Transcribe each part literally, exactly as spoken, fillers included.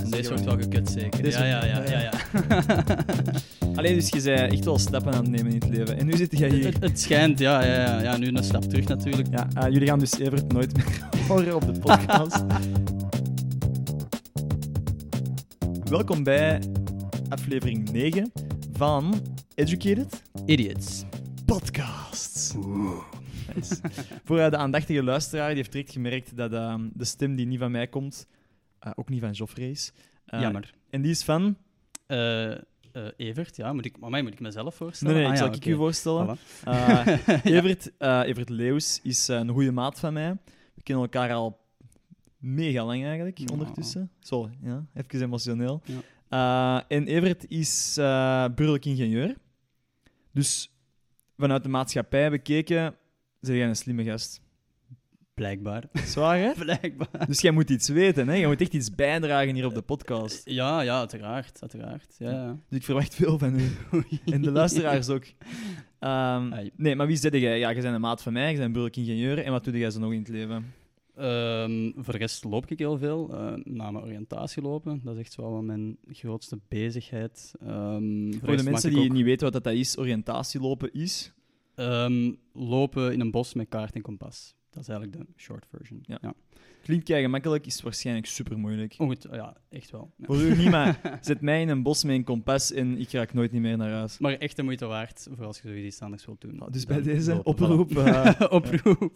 Deze wordt wel gekut, zeker. Deze Ja, ja, wordt- ja, ja, ja. Alleen dus je zei echt wel stappen aan het nemen in het leven. En nu zit jij hier. Het, het schijnt, ja, ja, ja, ja. Nu een stap terug natuurlijk. Ja, uh, jullie gaan dus Evert nooit meer horen op de podcast. Welkom bij aflevering negen van Educated Idiots. Podcast. Nice. Voor uh, de aandachtige luisteraar, die heeft direct gemerkt dat uh, de stem die niet van mij komt, uh, ook niet van Joffrey is. Uh, Jammer. En die is van... Uh, uh, Evert, ja. Moet ik, maar mij moet ik mezelf voorstellen? Nee, nee, ah, ik ja, zal ik okay. u voorstellen. Voilà. Uh, Evert, uh, Evert Leeuws is uh, een goede maat van mij. We kennen elkaar al mega lang eigenlijk, Ja. ondertussen. Zo, ja, even emotioneel. Ja. Uh, en Evert is uh, burgerlijk ingenieur. Dus vanuit de maatschappij bekeken, ben jij een slimme gast. Blijkbaar. Zwaar, hè? Blijkbaar. Dus jij moet iets weten, hè? Je moet echt iets bijdragen hier op de podcast. Ja, ja, uiteraard. uiteraard. Ja, ja. Dus ik verwacht veel van u. En de luisteraars ook. Um, Ai. nee, maar wie zit jij? Ja, je bent een maat van mij, je bent een burgerlijk ingenieur. En wat doe jij zo nog in het leven? Um, voor de rest loop ik heel veel. Uh, na mijn oriëntatie lopen. Dat is echt wel mijn grootste bezigheid. Um, voor Voor de rest mensen maak die ik ook, niet weten wat dat is, oriëntatielopen is... um, lopen in een bos met kaart en kompas. Dat is eigenlijk de short version. Ja. Ja. Klinkt kei gemakkelijk, is waarschijnlijk super moeilijk. Oh, goed, ja, echt wel. Ja. Voor u niet, maar zet mij in een bos met een kompas en ik raak nooit niet meer naar huis. Maar echt de moeite waard voor als je zoiets anders wilt doen. Nou, dus Dan bij deze lopen, oproep... voilà. uh, Oproep.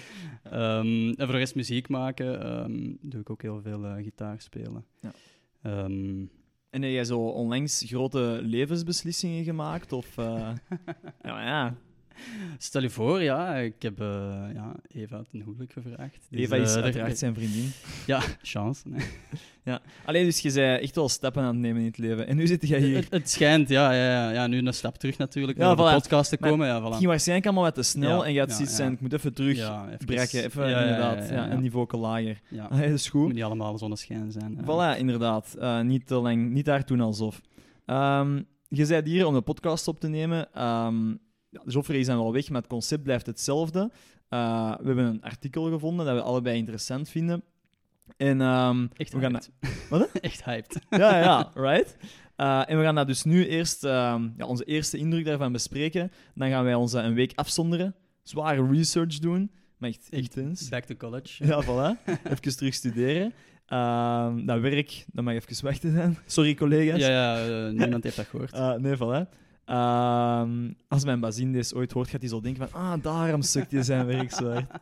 Um, en voor de rest muziek maken um, doe ik ook heel veel uh, gitaar spelen. Ja. Um, en heb jij zo onlangs grote levensbeslissingen gemaakt? Of... Uh... ja, maar ja... Stel je voor, ja, ik heb uh, ja, Eva uit een huwelijk gevraagd. Dus, Eva is uh, uiteraard zijn vriendin. Ja, chance. Nee. Ja. Alleen dus je zei echt wel stappen aan het nemen in het leven. En nu zit jij hier. Het, het schijnt, ja, ja, ja, ja. Nu een stap terug natuurlijk, Ja, om op de voilà. podcast te Maar komen. Ja, Het voilà. ging waarschijnlijk allemaal wat te snel Ja, en je had ja, zoiets ja. zijn, ik moet even terug Ja, even- brekken. Even, ja, ja, ja, inderdaad, ja, ja, ja. een niveau lager. Ja. Ah, ja, dat is Het goed. moet niet allemaal zonneschijn zijn. hè. Voilà, inderdaad. Uh, niet te lang, niet daar doen alsof. Um, je zei hier om de podcast op te nemen. Um, ja, Joffrey is dan wel weg, maar het concept blijft hetzelfde. Uh, we hebben een artikel gevonden dat we allebei interessant vinden. En um, Echt we gaan hyped. dat... Wat? Echt hyped. Ja, ja, right. Uh, en we gaan dat dus nu eerst, um, ja, onze eerste indruk daarvan bespreken. Dan gaan wij ons uh, een week afzonderen, zware research doen, maar echt, echt eens. Back to college. Ja, voilà. Even terug studeren. Uh, dat werk, dat mag even wachten zijn. Sorry, collega's. Ja, ja uh, niemand heeft dat gehoord. Uh, nee, voilà. Uh, als mijn bazin deze ooit hoort, gaat hij zo denken van ah, daarom sukt hij zijn werk zo hard.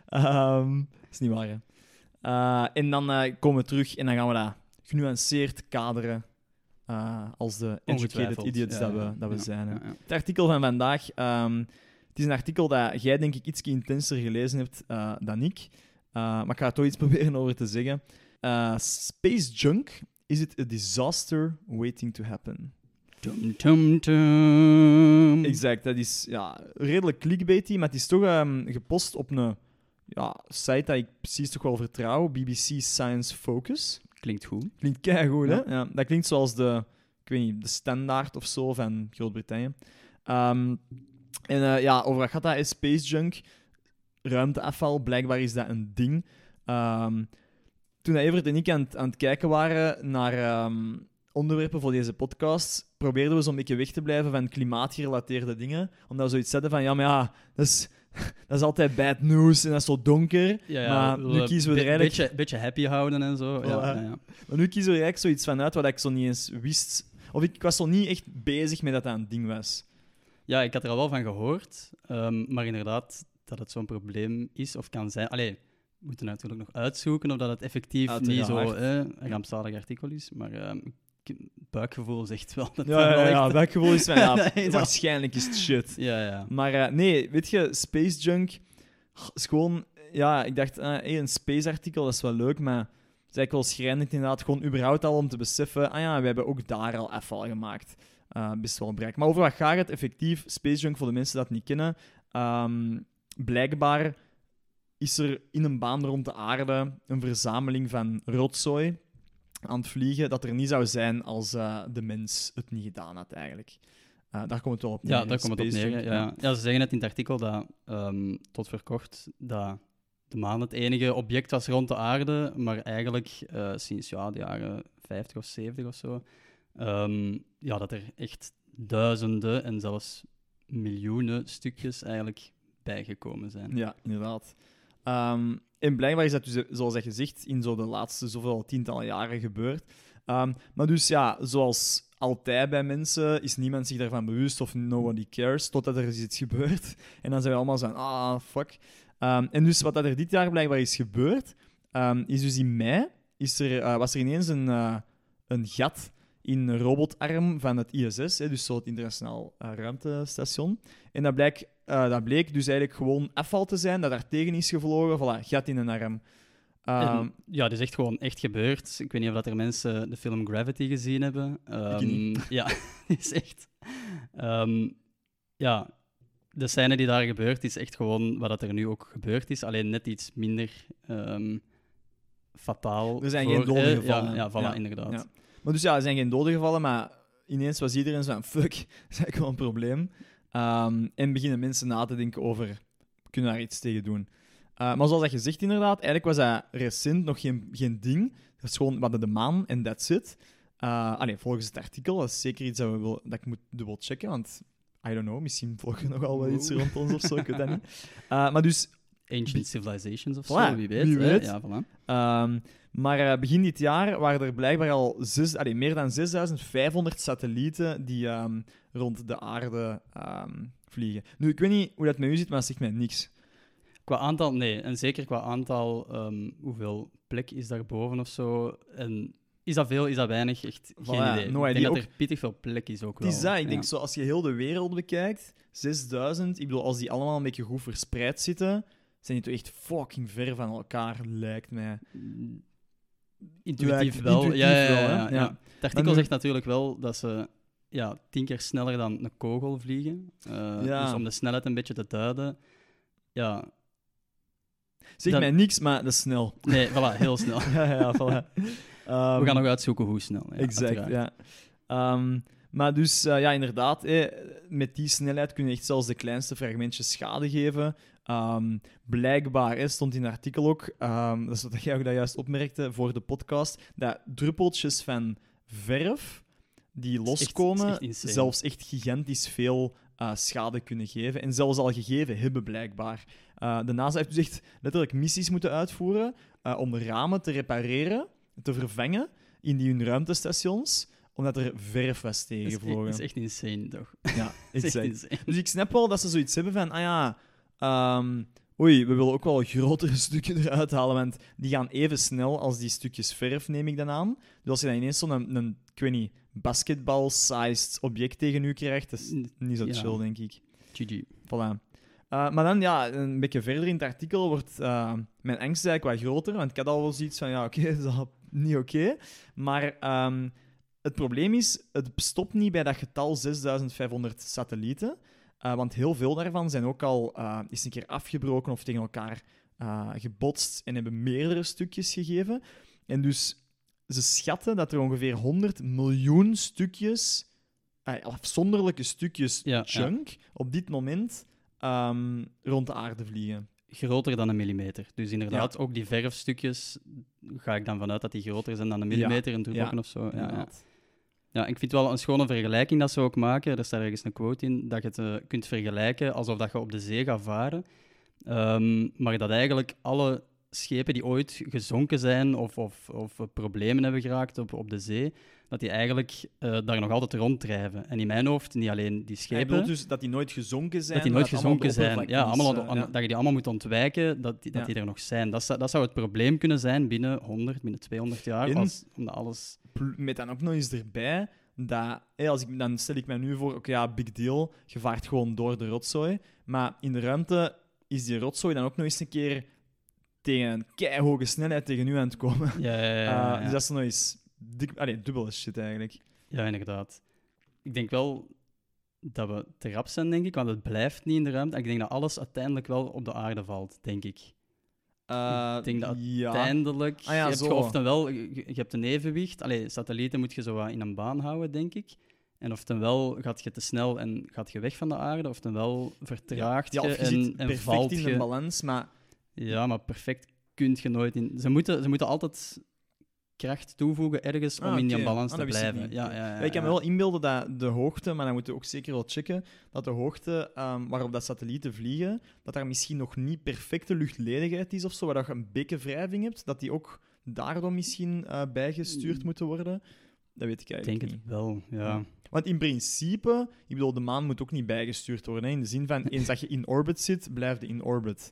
Um, dat is niet waar, hè. Uh, en dan uh, komen we terug en dan gaan we dat genuanceerd kaderen uh, als de educated Ongetwijfeld. idiots Ja, dat we, ja, dat we ja, zijn. Hè. ja, ja. Het artikel van vandaag, um, het is een artikel dat jij denk ik iets intenser gelezen hebt uh, dan ik. Uh, maar ik ga er toch iets proberen over te zeggen. Uh, Space junk, is it a disaster waiting to happen? Tum, tum, tum. Exact, dat is ja, redelijk clickbaity, maar het is toch um, gepost op een ja, site dat ik precies toch wel vertrouw, B B C Science Focus. Klinkt goed. Klinkt keigoed, Ja. hè? Ja, dat klinkt zoals de, ik weet niet, de standaard of zo van Groot-Brittannië. Um, en uh, ja, over wat gaat dat? Is Space junk, ruimteafval, blijkbaar is dat een ding. Um, toen Evert en ik aan, het- aan het kijken waren naar um, onderwerpen voor deze podcast, probeerden we zo'n beetje weg te blijven van klimaatgerelateerde dingen. Omdat we zoiets zetten van, ja, maar ja, dat is, dat is altijd bad news en dat is zo donker. Ja, ja, maar we nu willen kiezen we er be- eigenlijk... beetje, beetje happy houden en zo. Ja, Voilà. ja, ja. Maar nu kiezen we er eigenlijk zoiets van uit wat ik zo niet eens wist. Of ik, ik was zo niet echt bezig met dat dat een ding was. Ja, ik had er al wel van gehoord, um, maar inderdaad dat het zo'n probleem is of kan zijn. Allee, we moeten natuurlijk nog uitzoeken of dat het effectief Uiteraard. niet zo eh, een rampzalig artikel is, maar um, ik- buikgevoel zegt wel dat Ja, dat ja, wel ja, echt- dat gevoel is van, ja, Nee, dat- waarschijnlijk is het shit. Ja, ja. Maar uh, nee, weet je, Space Junk is gewoon... Ja, ik dacht, uh, hey, een space-artikel, dat is wel leuk, maar het is eigenlijk wel schrijnend inderdaad, gewoon überhaupt al om te beseffen, ah ja, we hebben ook daar al afval gemaakt. Uh, best wel bereik. Maar over wat gaat het effectief? Space Junk, voor de mensen die dat niet kennen, um, blijkbaar is er in een baan rond de aarde een verzameling van rotzooi aan het vliegen dat er niet zou zijn als uh, de mens het niet gedaan had, eigenlijk. Uh, daar komt het wel op neer. Ja, daar komt het op Space neer. Junk, Ja, ja. Ja, ze zeggen net in het artikel dat um, tot voor kort dat de maan het enige object was rond de aarde, maar eigenlijk uh, sinds ja, de jaren vijftig of zeventig of zo, um, ja, dat er echt duizenden en zelfs miljoenen stukjes eigenlijk bijgekomen zijn. Ja, inderdaad. Um, en blijkbaar is dat dus, zoals je zegt, in zo de laatste zoveel tientallen jaren gebeurd. Um, maar dus ja, zoals altijd bij mensen is niemand zich daarvan bewust of nobody cares, totdat er is iets gebeurt. En dan zijn we allemaal zo van, ah, fuck. Um, en dus wat dat er dit jaar blijkbaar is gebeurd, um, is dus in mei is er, uh, was er ineens een, uh, een gat in een robotarm van het I S S, hè, dus zo het internationaal uh, ruimtestation. En dat bleek, uh, dat bleek dus eigenlijk gewoon afval te zijn, dat daar tegen is gevlogen. Voilà, gat in een arm. Um, en, ja, dat is echt gewoon echt gebeurd. Ik weet niet of dat er mensen de film Gravity gezien hebben. Um, ja, is echt... Um, ja, de scène die daar gebeurt is echt gewoon wat er nu ook gebeurd is. Alleen net iets minder um, fataal. Er zijn voor, geen doden eh, gevallen. Ja, ja, voilà, ja. inderdaad. Ja. Maar dus ja, er zijn geen doden gevallen, maar ineens was iedereen zo van, fuck, dat is eigenlijk wel een probleem. Um, en beginnen mensen na te denken over, kunnen we daar iets tegen doen? Uh, maar zoals dat je zegt inderdaad, eigenlijk was dat recent nog geen, geen ding. Dat is gewoon, we hadden de maan en that's it. Uh, allee, volgens het artikel, dat is zeker iets dat, we wil, dat ik moet dubbel checken, want I don't know, misschien volgen er nogal wel iets rond ons of zo, ik weet dat niet. Uh, maar dus... Ancient Civilizations of voilà, zo, wie weet. Wie weet. Ja, voilà. Um, maar uh, begin dit jaar waren er blijkbaar al zes, allee, meer dan zesduizend vijfhonderd satellieten die um, rond de aarde um, vliegen. Nu, ik weet niet hoe dat met u zit, maar dat zegt mij niks. Qua aantal, nee. En zeker qua aantal, um, hoeveel plek is daarboven of zo. En is dat veel, is dat weinig? Echt Voilà, geen idee. no ik denk ook, dat er pittig veel plek is ook wel. Het is dat, ik ja. denk zo, als je heel de wereld bekijkt, zesduizend, ik bedoel, als die allemaal een beetje goed verspreid zitten, zijn die toch echt fucking ver van elkaar, lijkt mij. Intuïtief Lijkt, wel. intuïtief ja, ja, ja, wel, hè? ja, ja. Ja. Het artikel nu... zegt natuurlijk wel dat ze ja, tien keer sneller dan een kogel vliegen. Uh, ja. Dus om de snelheid een beetje te duiden. Ja. Zeg dat... mij niks, maar dat is snel. Nee, voilà, heel snel. ja, ja, voilà. Um, We gaan nog uitzoeken hoe snel. Ja, exact, uiteraard. ja. Um, maar dus, uh, ja, inderdaad, eh, met die snelheid kun je echt zelfs de kleinste fragmentjes schade geven. Um, blijkbaar, eh, stond in het artikel ook, um, dat is wat jij ook dat juist opmerkte voor de podcast, dat druppeltjes van verf die loskomen, echt, echt zelfs echt gigantisch veel uh, schade kunnen geven. En zelfs al gegeven hebben, blijkbaar. Uh, de NASA heeft dus echt letterlijk missies moeten uitvoeren uh, om ramen te repareren, te vervangen in die hun ruimtestations, omdat er verf was tegengevlogen. Dat is echt insane, toch? Ja, exact. Dus ik snap wel dat ze zoiets hebben van, ah ja, um, oei, we willen ook wel grotere stukken eruit halen, want die gaan even snel als die stukjes verf, neem ik dan aan. Dus als je dan ineens zo'n, een, een, ik weet niet, basketball-sized object tegen u krijgt, dat is niet zo ja. chill, denk ik. G G. Voilà. Uh, maar dan, ja, een beetje verder in het artikel wordt uh, mijn angst eigenlijk wat groter, want ik had al wel zoiets van, ja, oké, okay, dat is al niet oké. Okay. Maar um, het probleem is, het stopt niet bij dat getal zesduizend vijfhonderd satellieten, uh, want heel veel daarvan zijn ook al uh, eens een keer afgebroken of tegen elkaar uh, gebotst en hebben meerdere stukjes gegeven. En dus ze schatten dat er ongeveer honderd miljoen stukjes, uh, afzonderlijke stukjes ja, junk, ja. op dit moment um, rond de aarde vliegen. Groter dan een millimeter. Dus inderdaad, ja. ook die verfstukjes, ga ik dan vanuit dat die groter zijn dan een millimeter, ja. een druppelken ja. of zo. Ja, ja. ja, ik vind wel een schone vergelijking dat ze ook maken. Er staat ergens een quote in, dat je het uh, kunt vergelijken alsof dat je op de zee gaat varen. Um, maar dat eigenlijk alle schepen die ooit gezonken zijn of, of, of problemen hebben geraakt op, op de zee, dat die eigenlijk uh, daar nog altijd ronddrijven. En in mijn hoofd, niet alleen die schepen... Je bedoelt dus dat die nooit gezonken zijn? Dat die nooit gezonken zijn. Ja, allemaal, uh, ja, dat je die allemaal moet ontwijken, dat die, dat ja. die er nog zijn. Dat, dat zou het probleem kunnen zijn binnen honderd, binnen tweehonderd jaar, In, als, omdat alles... Met dan ook nog eens erbij, dat, hey, als ik, dan stel ik mij nu voor, oké, okay, ja, big deal, je vaart gewoon door de rotzooi, maar in de ruimte is die rotzooi dan ook nog eens een keer tegen een keihoge snelheid tegen u aan het komen. Ja, ja, ja, ja, ja. Uh, dus dat is nog eens dik, allee, dubbele shit eigenlijk. Ja, inderdaad. Ik denk wel dat we te rap zijn, denk ik, want het blijft niet in de ruimte. Ik denk dat alles uiteindelijk wel op de aarde valt, denk ik. Uh, ik denk dat ja. uiteindelijk... Ah, ja, je hebt zo. je ofwel, je, je hebt een evenwicht. Allee, satellieten moet je zo wat in een baan houden, denk ik. En ofwel gaat je te snel en gaat je weg van de aarde, ofwel vertraagt ja, ja, je of je en, zit en perfect valt in je... een balans, maar Ja, maar perfect kun je nooit in... Ze moeten, ze moeten altijd kracht toevoegen ergens om Ah, in die oké. balans Ah, te dat wist ik blijven. niet. Ja, ja, ja, Ja, ik kan me ja. wel inbeelden dat de hoogte, maar dan moeten we ook zeker wel checken, dat de hoogte um, waarop dat satellieten vliegen, dat daar misschien nog niet perfecte luchtledigheid is of zo, waar dat je een bekkenwrijving hebt, dat die ook daardoor misschien uh, bijgestuurd moeten worden. Dat weet ik Ik eigenlijk denk niet. het wel, ja. Want in principe, ik bedoel, de maan moet ook niet bijgestuurd worden. Hè? In de zin van, eens dat je in orbit zit, blijf je in orbit.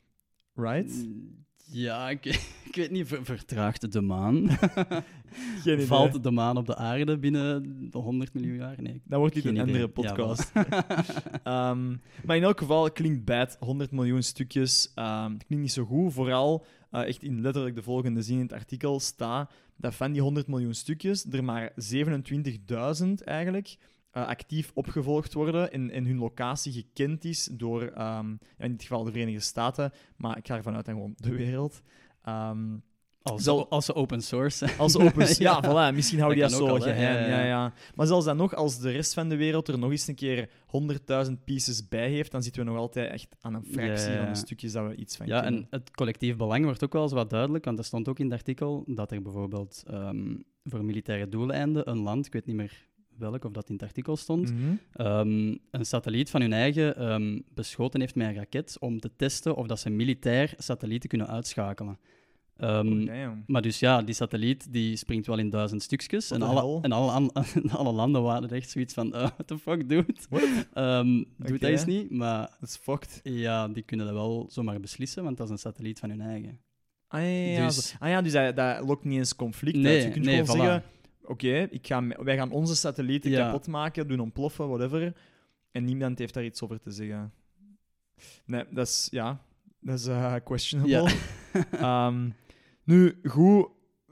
Right? Ja, ik, ik weet niet, ver- vertraagt de maan? Geen idee. Valt de maan op de aarde binnen de honderd miljoen jaar? Nee. Dan wordt dit Geen een idee. andere podcast. Ja, voilà. Um, maar in elk geval klinkt bad, honderd miljoen stukjes. Um, het klinkt niet zo goed. Vooral uh, echt in letterlijk de volgende zin in het artikel staat dat van die honderd miljoen stukjes er maar zevenentwintigduizend eigenlijk uh, actief opgevolgd worden en, en hun locatie gekend is door, um, ja, in dit geval de Verenigde Staten, maar ik ga ervan uit dat gewoon de wereld. Um, Als, Zal- als ze open source zijn. Als open... ja, Ja. voilà, misschien houden die Dat dat kan zo ook al, hè. geheim. Ja, Ja, ja, ja. ja. Maar zelfs dan nog, als de rest van de wereld er nog eens een keer honderdduizend pieces bij heeft, dan zitten we nog altijd echt aan een fractie Ja, ja, ja. van de stukjes dat we iets van Ja, kennen. en het collectief belang wordt ook wel eens wat duidelijk, want er stond ook in het artikel dat er bijvoorbeeld ehm, voor militaire doeleinden een land, ik weet niet meer welk of dat in het artikel stond, Mhm. ehm, een satelliet van hun eigen ehm, beschoten heeft met een raket om te testen of dat ze militair satellieten kunnen uitschakelen. Ehm, Oh, damn. maar dus ja, die satelliet die springt wel in duizend stukjes. What En the alle, hell? en alle, an- alle landen waren echt zoiets van, uh, what the fuck, dude? What? Ehm doe Oké. dat eens niet, maar Dat is fucked. ja, die kunnen dat wel zomaar beslissen, want dat is een satelliet van hun eigen. Ah ja, ja, ja, Dus- zo. ah, ja dus dat, dat lokt niet eens conflict Nee, uit. Je kunt nee, gewoon voilà. zeggen, oké, ik ga me- wij gaan onze satellieten Ja. kapot maken, doen ontploffen, whatever. En niemand heeft daar iets over te zeggen. Nee, dat is, ja, dat is uh, questionable. Ehm, nu, goed,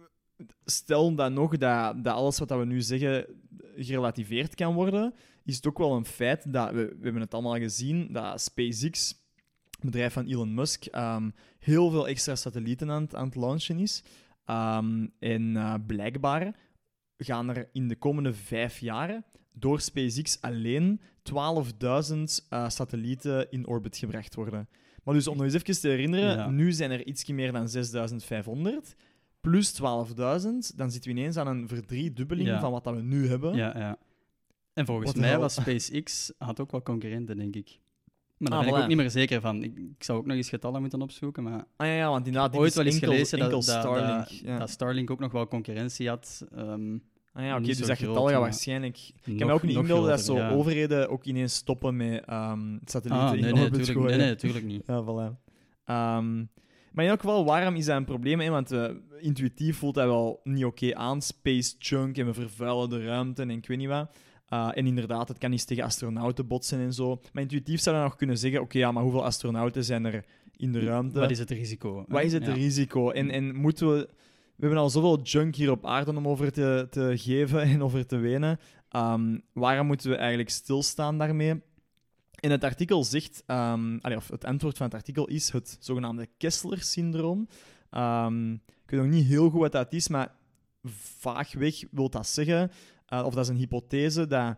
stel dan nog dat, dat alles wat we nu zeggen gerelativeerd kan worden, is het ook wel een feit dat, we, we hebben het allemaal gezien, dat SpaceX, het bedrijf van Elon Musk, ehm, heel veel extra satellieten aan, het- aan het launchen is. Ehm, en uh, blijkbaar gaan er in de komende vijf jaar door SpaceX alleen twaalfduizend uh, satellieten in orbit gebracht worden. Maar dus om nog eens even te herinneren, Ja. nu zijn er iets meer dan zesduizend vijfhonderd, plus twaalfduizend, dan zitten we ineens aan een verdriedubbeling Ja. van wat dat we nu hebben. Ja, ja. En volgens What the mij hell? was SpaceX had ook wel concurrenten, denk ik. Maar daar Ah, ben ik voilà. ook niet meer zeker van. Ik, ik zou ook nog eens getallen moeten opzoeken, maar Ah ja, ja, want inderdaad, dit ooit is wel eens enkel, gelezen dat, enkel dat, Starlink. dat, ja. dat Starlink ook nog wel concurrentie had. Ehm, Ah ja, oké, niet dus zo dat groot, getal gaat maar waarschijnlijk... Ik kan nog- me ook niet nog inbeelden dat groter, zo ja. overheden ook ineens stoppen met ehm, satellieten Ah, in nee, nee, orbit tuurlijk, gooien. nee, nee, tuurlijk niet. Ja, voilà. Ehm, maar in elk geval, waarom is dat een probleem? Hè? Want uh, intuïtief voelt dat wel niet oké aan. Space junk en we vervuilen de ruimte en ik weet niet wat. Uh, en inderdaad, het kan eens tegen astronauten botsen en zo. Maar intuïtief zou je nog kunnen zeggen, oké, ja, maar hoeveel astronauten zijn er in de ruimte? Wat is het risico? hè? Wat is het Ja. risico? En, en moeten we... We hebben al zoveel junk hier op aarde om over te, te geven en over te wenen. Um, waarom moeten we eigenlijk stilstaan daarmee? En het artikel zegt... Um, allee, of het antwoord van het artikel is het zogenaamde Kessler-syndroom. Um, ik weet nog niet heel goed wat dat is, maar vaagweg wil dat zeggen... Uh, of dat is een hypothese dat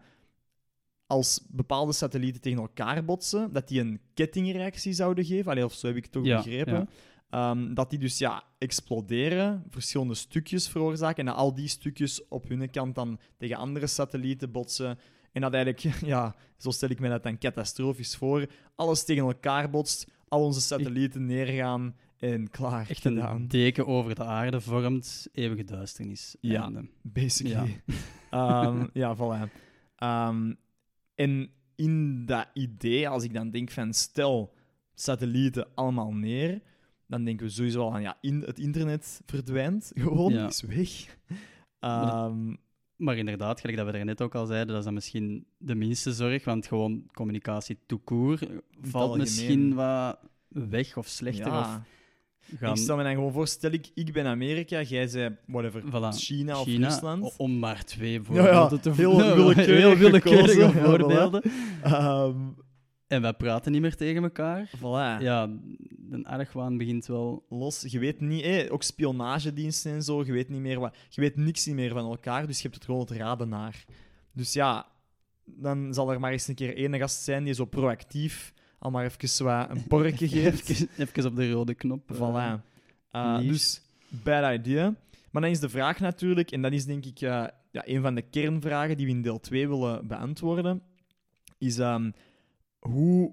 als bepaalde satellieten tegen elkaar botsen, dat die een kettingreactie zouden geven. Allee, of zo heb ik het toch Ja, begrepen. ja. Um, dat die dus ja, exploderen, verschillende stukjes veroorzaken, en dat al die stukjes op hun kant dan tegen andere satellieten botsen. En dat eigenlijk, ja, zo stel ik me dat dan catastrofisch voor, alles tegen elkaar botst, al onze satellieten neergaan en klaar. Echt gedaan. een deken over de aarde vormt, eeuwige duisternis. Ja. Einde. Basically. Ja, um, ja voilà. Um, en in dat idee, als ik dan denk van stel satellieten allemaal neer, dan denken we sowieso al aan ja, in, het internet verdwijnt gewoon, Ja. is weg. Maar Um, Maar inderdaad, gelijk dat we er net ook al zeiden, dat is dan misschien de minste zorg, want gewoon communicatie tout court valt algemeen. misschien wat weg of slechter. ja. Of gaan, Ik stel me dan gewoon voor, stel ik, ik ben Amerika, jij zei whatever, Voilà, China of China, Rusland. o- om maar twee Ja, ja, voorbeelden te heel voeren. willekeurig heel willekeurige gekozen, ja, voorbeelden. Um, En wij praten niet meer tegen elkaar. voilà. Ja, de argwaan begint wel... Los, je weet niet, eh, ook spionagediensten en zo, je weet niet meer wat, je weet niks niet meer van elkaar, dus je hebt het gewoon het raden naar. Dus ja, dan zal er maar eens een keer één gast zijn die zo proactief al maar even zo wat een porretje geeft. even, even op de rode knop. Uh, Voilà. Uh, dus, bad idea. Maar dan is de vraag natuurlijk, en dat is denk ik uh, ja, een van de kernvragen die we in deel twee willen beantwoorden, is um, hoe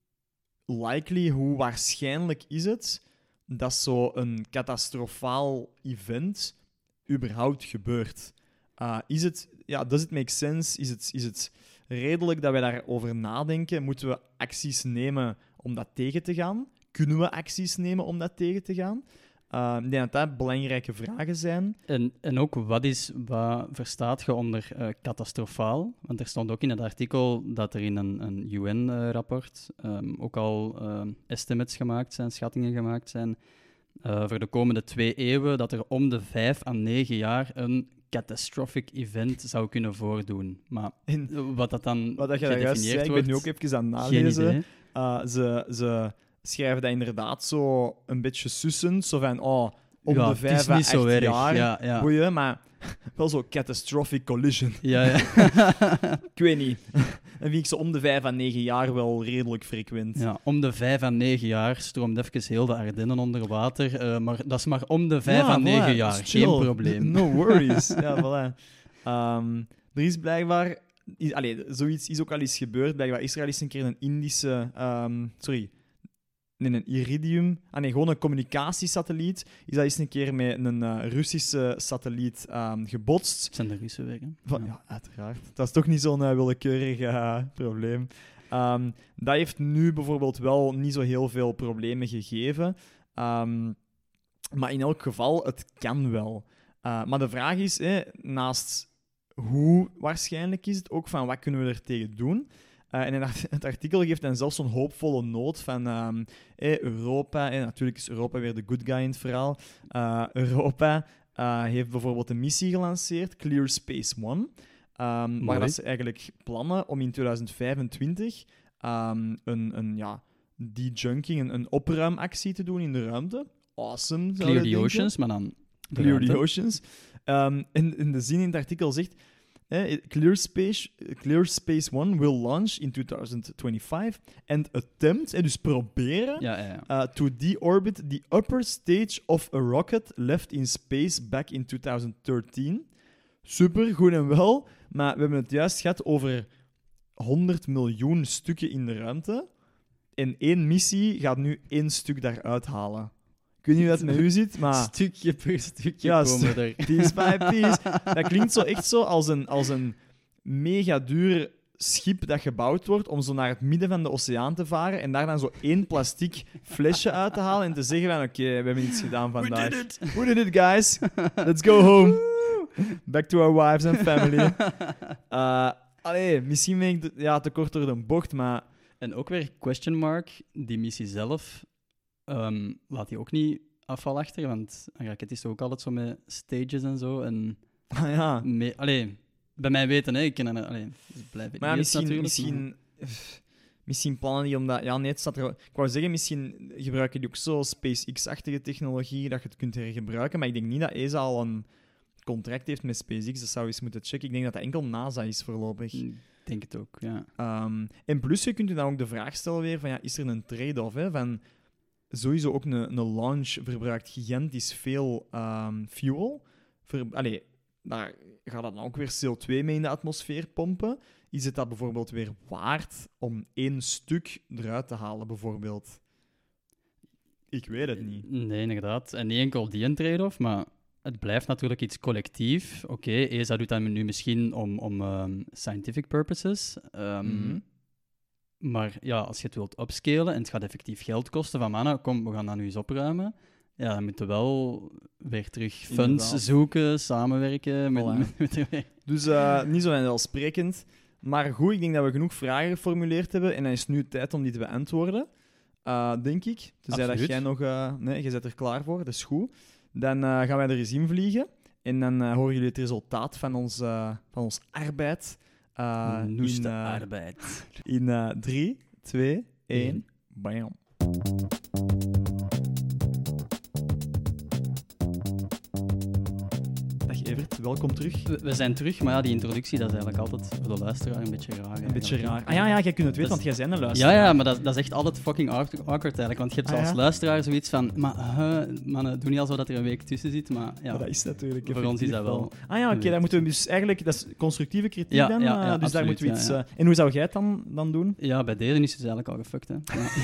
likely, hoe waarschijnlijk is het dat zo'n catastrofaal event überhaupt gebeurt? Uh, is het, ja, does it make sense? Is het, is het redelijk dat wij daarover nadenken? Moeten we acties nemen om dat tegen te gaan? Kunnen we acties nemen om dat tegen te gaan? Uh, ik denk dat dat belangrijke vragen zijn. En, en ook, wat, is, wat verstaat je onder uh, catastrofaal? Want er stond ook in het artikel dat er in een, een U N-rapport uh, um, ook al uh, estimates gemaakt zijn, schattingen gemaakt zijn, uh, voor de komende twee eeuwen, dat er om de vijf à negen jaar een catastrophic event zou kunnen voordoen. Maar en, wat dat dan wat dat je juist zei, wordt, ik ben nu ook even aan het nalezen. Uh, ze... ze schrijven dat inderdaad zo een beetje sussend. Zo van, oh, om ja, de vijf à acht jaar, ja, ja. boeien, maar wel zo catastrophic collision. Ja, ja. Ik weet niet. Dan vind ik zo om de vijf à negen jaar wel redelijk frequent. Ja, om de vijf à negen jaar stroomt even heel de Ardennen onder water. Uh, maar dat is maar om de vijf à negen voilà, jaar. Geen probleem. No worries. Ja, voilà. Um, er is blijkbaar... Is, allee, zoiets is ook al eens gebeurd. Blijkbaar Israël is een keer een Indische... Um, sorry... Nee, een Iridium. Ah nee, gewoon een communicatiesatelliet. Is dat eens een keer met een uh, Russische satelliet um, gebotst. Het zijn de Russen weg, hè? Van, ja. ja, uiteraard. Dat is toch niet zo'n uh, willekeurig uh, probleem. Um, dat heeft nu bijvoorbeeld wel niet zo heel veel problemen gegeven. Um, maar in elk geval, het kan wel. Uh, maar de vraag is, hè, naast hoe waarschijnlijk is het, ook van wat kunnen we er tegen doen? Uh, en het artikel geeft dan zelfs zo'n hoopvolle noot van um, eh, Europa. En natuurlijk is Europa weer de good guy in het verhaal. Uh, Europa uh, heeft bijvoorbeeld een missie gelanceerd, Clear Space One. Um, waar dat ze eigenlijk plannen om in twintig vijfentwintig um, een, een ja, dejunking, een, een opruimactie te doen in de ruimte. Awesome. Clear the oceans, maar dan... Clear the oceans. Um, en, en de zin in het artikel zegt... Eh, Clear Space, Clear Space One will launch in twintig vijfentwintig and attempt, eh, dus proberen, ja, ja, ja. Uh, to deorbit the upper stage of a rocket left in space back in twintig dertien. Super, goed en wel, maar we hebben het juist gehad over honderd miljoen stukken in de ruimte. En één missie gaat nu één stuk daaruit halen. Ik weet niet hoe dat met u zit, maar... Stukje per stukje ja, komen stu- er. Piece by piece. Dat klinkt zo echt zo als een, als een mega duur schip dat gebouwd wordt om zo naar het midden van de oceaan te varen en daar dan zo één plastic flesje uit te halen en te zeggen van oké, okay, we hebben iets gedaan vandaag. We did it! We did it, guys! Let's go home! Back to our wives and family. Uh, allee, misschien ben ik de, ja, te kort door de bocht, maar... En ook weer question mark, die missie zelf... Um, laat die ook niet afval achter, want een raket is ook altijd zo met stages en zo. En ah, ja. Me, allee, bij mij weten, hè, ik ken het, allee, dus blijf ik maar ja, niet misschien, natuurlijk. misschien, maar... misschien plannen die omdat... Ja, nee, het staat er... Ik wou zeggen, misschien gebruiken die ook zo SpaceX-achtige technologie, dat je het kunt hergebruiken, maar ik denk niet dat E S A al een contract heeft met SpaceX, dat zou je eens moeten checken. Ik denk dat dat enkel NASA is voorlopig. Ik denk het ook, ja. Um, en plus, je kunt je dan ook de vraag stellen weer van, ja, is er een trade-off, hè, van... Sowieso ook een, een launch verbruikt gigantisch veel um, fuel. Ver, allee, daar gaat dat dan ook weer C O twee mee in de atmosfeer pompen. Is het dat bijvoorbeeld weer waard om één stuk eruit te halen, bijvoorbeeld? Ik weet het niet. Nee, inderdaad. En niet enkel die een trade-off, maar het blijft natuurlijk iets collectief. Oké, okay, E S A doet dat nu misschien om, om um, scientific purposes. Um, mm-hmm. Maar ja, als je het wilt upscalen en het gaat effectief geld kosten van mannen, kom, we gaan dat nu eens opruimen. Ja, dan moeten we wel weer terug funds Inderdaad. zoeken, samenwerken. Met, voilà. met, met, met... Dus uh, niet zo vanzelfsprekend. Maar goed, ik denk dat we genoeg vragen geformuleerd hebben en dan is het nu tijd om die te beantwoorden. Uh, denk ik. Tenzij dat jij nog... Uh, nee, je bent er klaar voor, dat is goed. Dan uh, gaan wij er eens in vliegen. En dan uh, horen jullie het resultaat van ons, uh, van ons arbeid. Uh, Noeste uh, arbeid. In uh, drie, twee, één, bam. Dag Evert, welkom terug. We, we zijn terug, maar ja, die introductie dat is eigenlijk altijd voor de luisteraar een beetje raar. Een beetje eigenlijk. raar. Ah ja, ja, jij kunt het weten, Dat want is- jij bent een Ja, luisteraar. ja, maar dat, dat is echt altijd fucking awkward eigenlijk. Want je hebt Ah, als ja? luisteraar zoiets van... Maar, huh, mannen, doe niet al zo dat er een week tussen zit, maar ja. Maar dat is natuurlijk Voor ons is dat effectief wel Ah ja, oké, een daar week moeten we dus eigenlijk... Dat is constructieve kritiek Ja, dan, ja, eh, ja, dus daar absoluut, moeten we ja, iets... ja. eh, En hoe zou jij het dan, dan doen? Ja, bij deze is het eigenlijk al gefuckt, hè. Ja.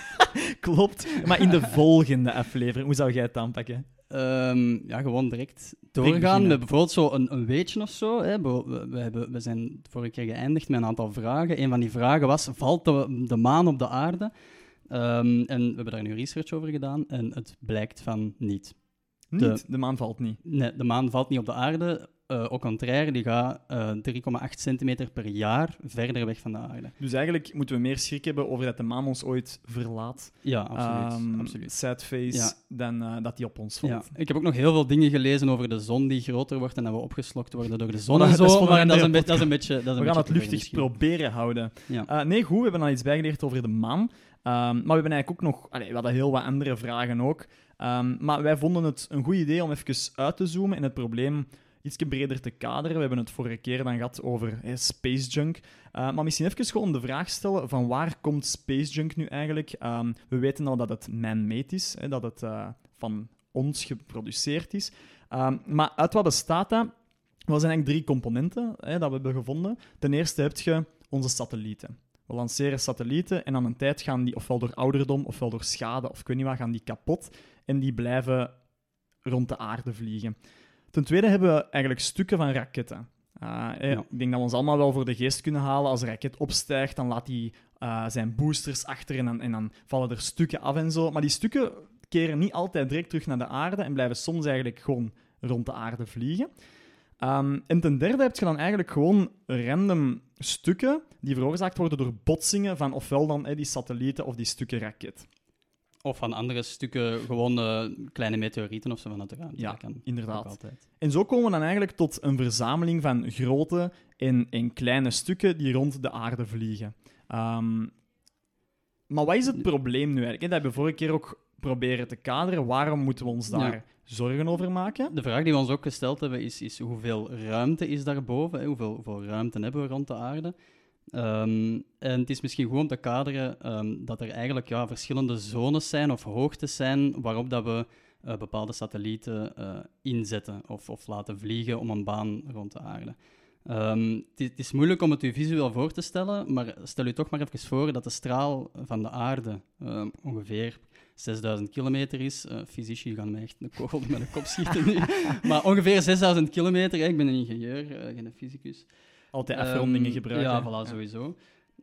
Klopt. Maar in de volgende aflevering, hoe zou jij het aanpakken? Ehm, ja, gewoon direct beginnen. doorgaan met bijvoorbeeld zo een, een weetje of zo. Hè. We, we, we hebben, we zijn vorige keer geëindigd met een aantal vragen. Een van die vragen was, valt de, de maan op de aarde? Ehm, en we hebben daar nu research over gedaan en het blijkt van niet. Niet, de maan valt niet. Nee, de maan valt niet op de aarde. Uh, au contraire, die gaat uh, drie komma acht centimeter per jaar verder weg van de aarde. Dus eigenlijk moeten we meer schrik hebben over dat de maan ons ooit verlaat. Ja, absoluut. Ehm, absoluut. Sad face, Ja. dan uh, dat die op ons valt. Ja. Ik heb ook nog heel veel dingen gelezen over de zon die groter wordt en dat we opgeslokt worden door de zon Maar en dat is zo, voor maar een dat is een, andere be- dat is een beetje... Dat is een We gaan beetje het te ver luchtig misschien. proberen houden. Ja. Uh, nee, goed, we hebben al iets bijgeleerd over de maan. Um, maar we hebben eigenlijk ook nog... Allee, we hadden heel wat andere vragen ook. Um, maar wij vonden het een goed idee om even uit te zoomen en het probleem iets breder te kaderen. We hebben het vorige keer dan gehad over hey, space junk. Uh, maar misschien even gewoon de vraag stellen van waar komt space junk nu eigenlijk? Um, we weten al dat het man-made is, hè, dat het uh, van ons geproduceerd is. Um, maar uit wat bestaat dat? Er zijn eigenlijk drie componenten hè, dat we hebben gevonden. Ten eerste heb je onze satellieten. We lanceren satellieten en aan een tijd gaan die ofwel door ouderdom, ofwel door schade, of ik weet niet wat, gaan die kapot en die blijven rond de aarde vliegen. Ten tweede hebben we eigenlijk stukken van raketten. Uh, eh, Ja. Ik denk dat we ons allemaal wel voor de geest kunnen halen. Als een raket opstijgt, dan laat hij uh, zijn boosters achter en dan, en dan vallen er stukken af en zo. Maar die stukken keren niet altijd direct terug naar de aarde en blijven soms eigenlijk gewoon rond de aarde vliegen. Um, en ten derde heb je dan eigenlijk gewoon random stukken die veroorzaakt worden door botsingen van ofwel dan eh, die satellieten of die stukken raket. Of van andere stukken, gewoon uh, kleine meteorieten of zo van het ruimte. Ja, Dat kan inderdaad. ook altijd. En zo komen we dan eigenlijk tot een verzameling van grote en, en kleine stukken die rond de aarde vliegen. Um, maar wat is het probleem nu eigenlijk? Dat hebben we vorige keer ook proberen te kaderen. Waarom moeten we ons daar Ja. zorgen over maken? De vraag die we ons ook gesteld hebben is, is hoeveel ruimte is daarboven? Hè? Hoeveel, hoeveel ruimte hebben we rond de aarde? Um, en het is misschien gewoon te kaderen um, dat er eigenlijk ja, verschillende zones zijn of hoogtes zijn waarop dat we uh, bepaalde satellieten uh, inzetten of, of laten vliegen om een baan rond de aarde. Um, het, is, het is moeilijk om het u visueel voor te stellen, maar stel u toch maar even voor dat de straal van de aarde um, ongeveer zesduizend kilometer is. Uh, fysici gaan mij echt een kogel met de kop schieten nu. Maar ongeveer zesduizend kilometer. Hè. Ik ben een ingenieur, uh, geen fysicus. Altijd afrondingen Um, gebruiken. Ja, voilà, sowieso.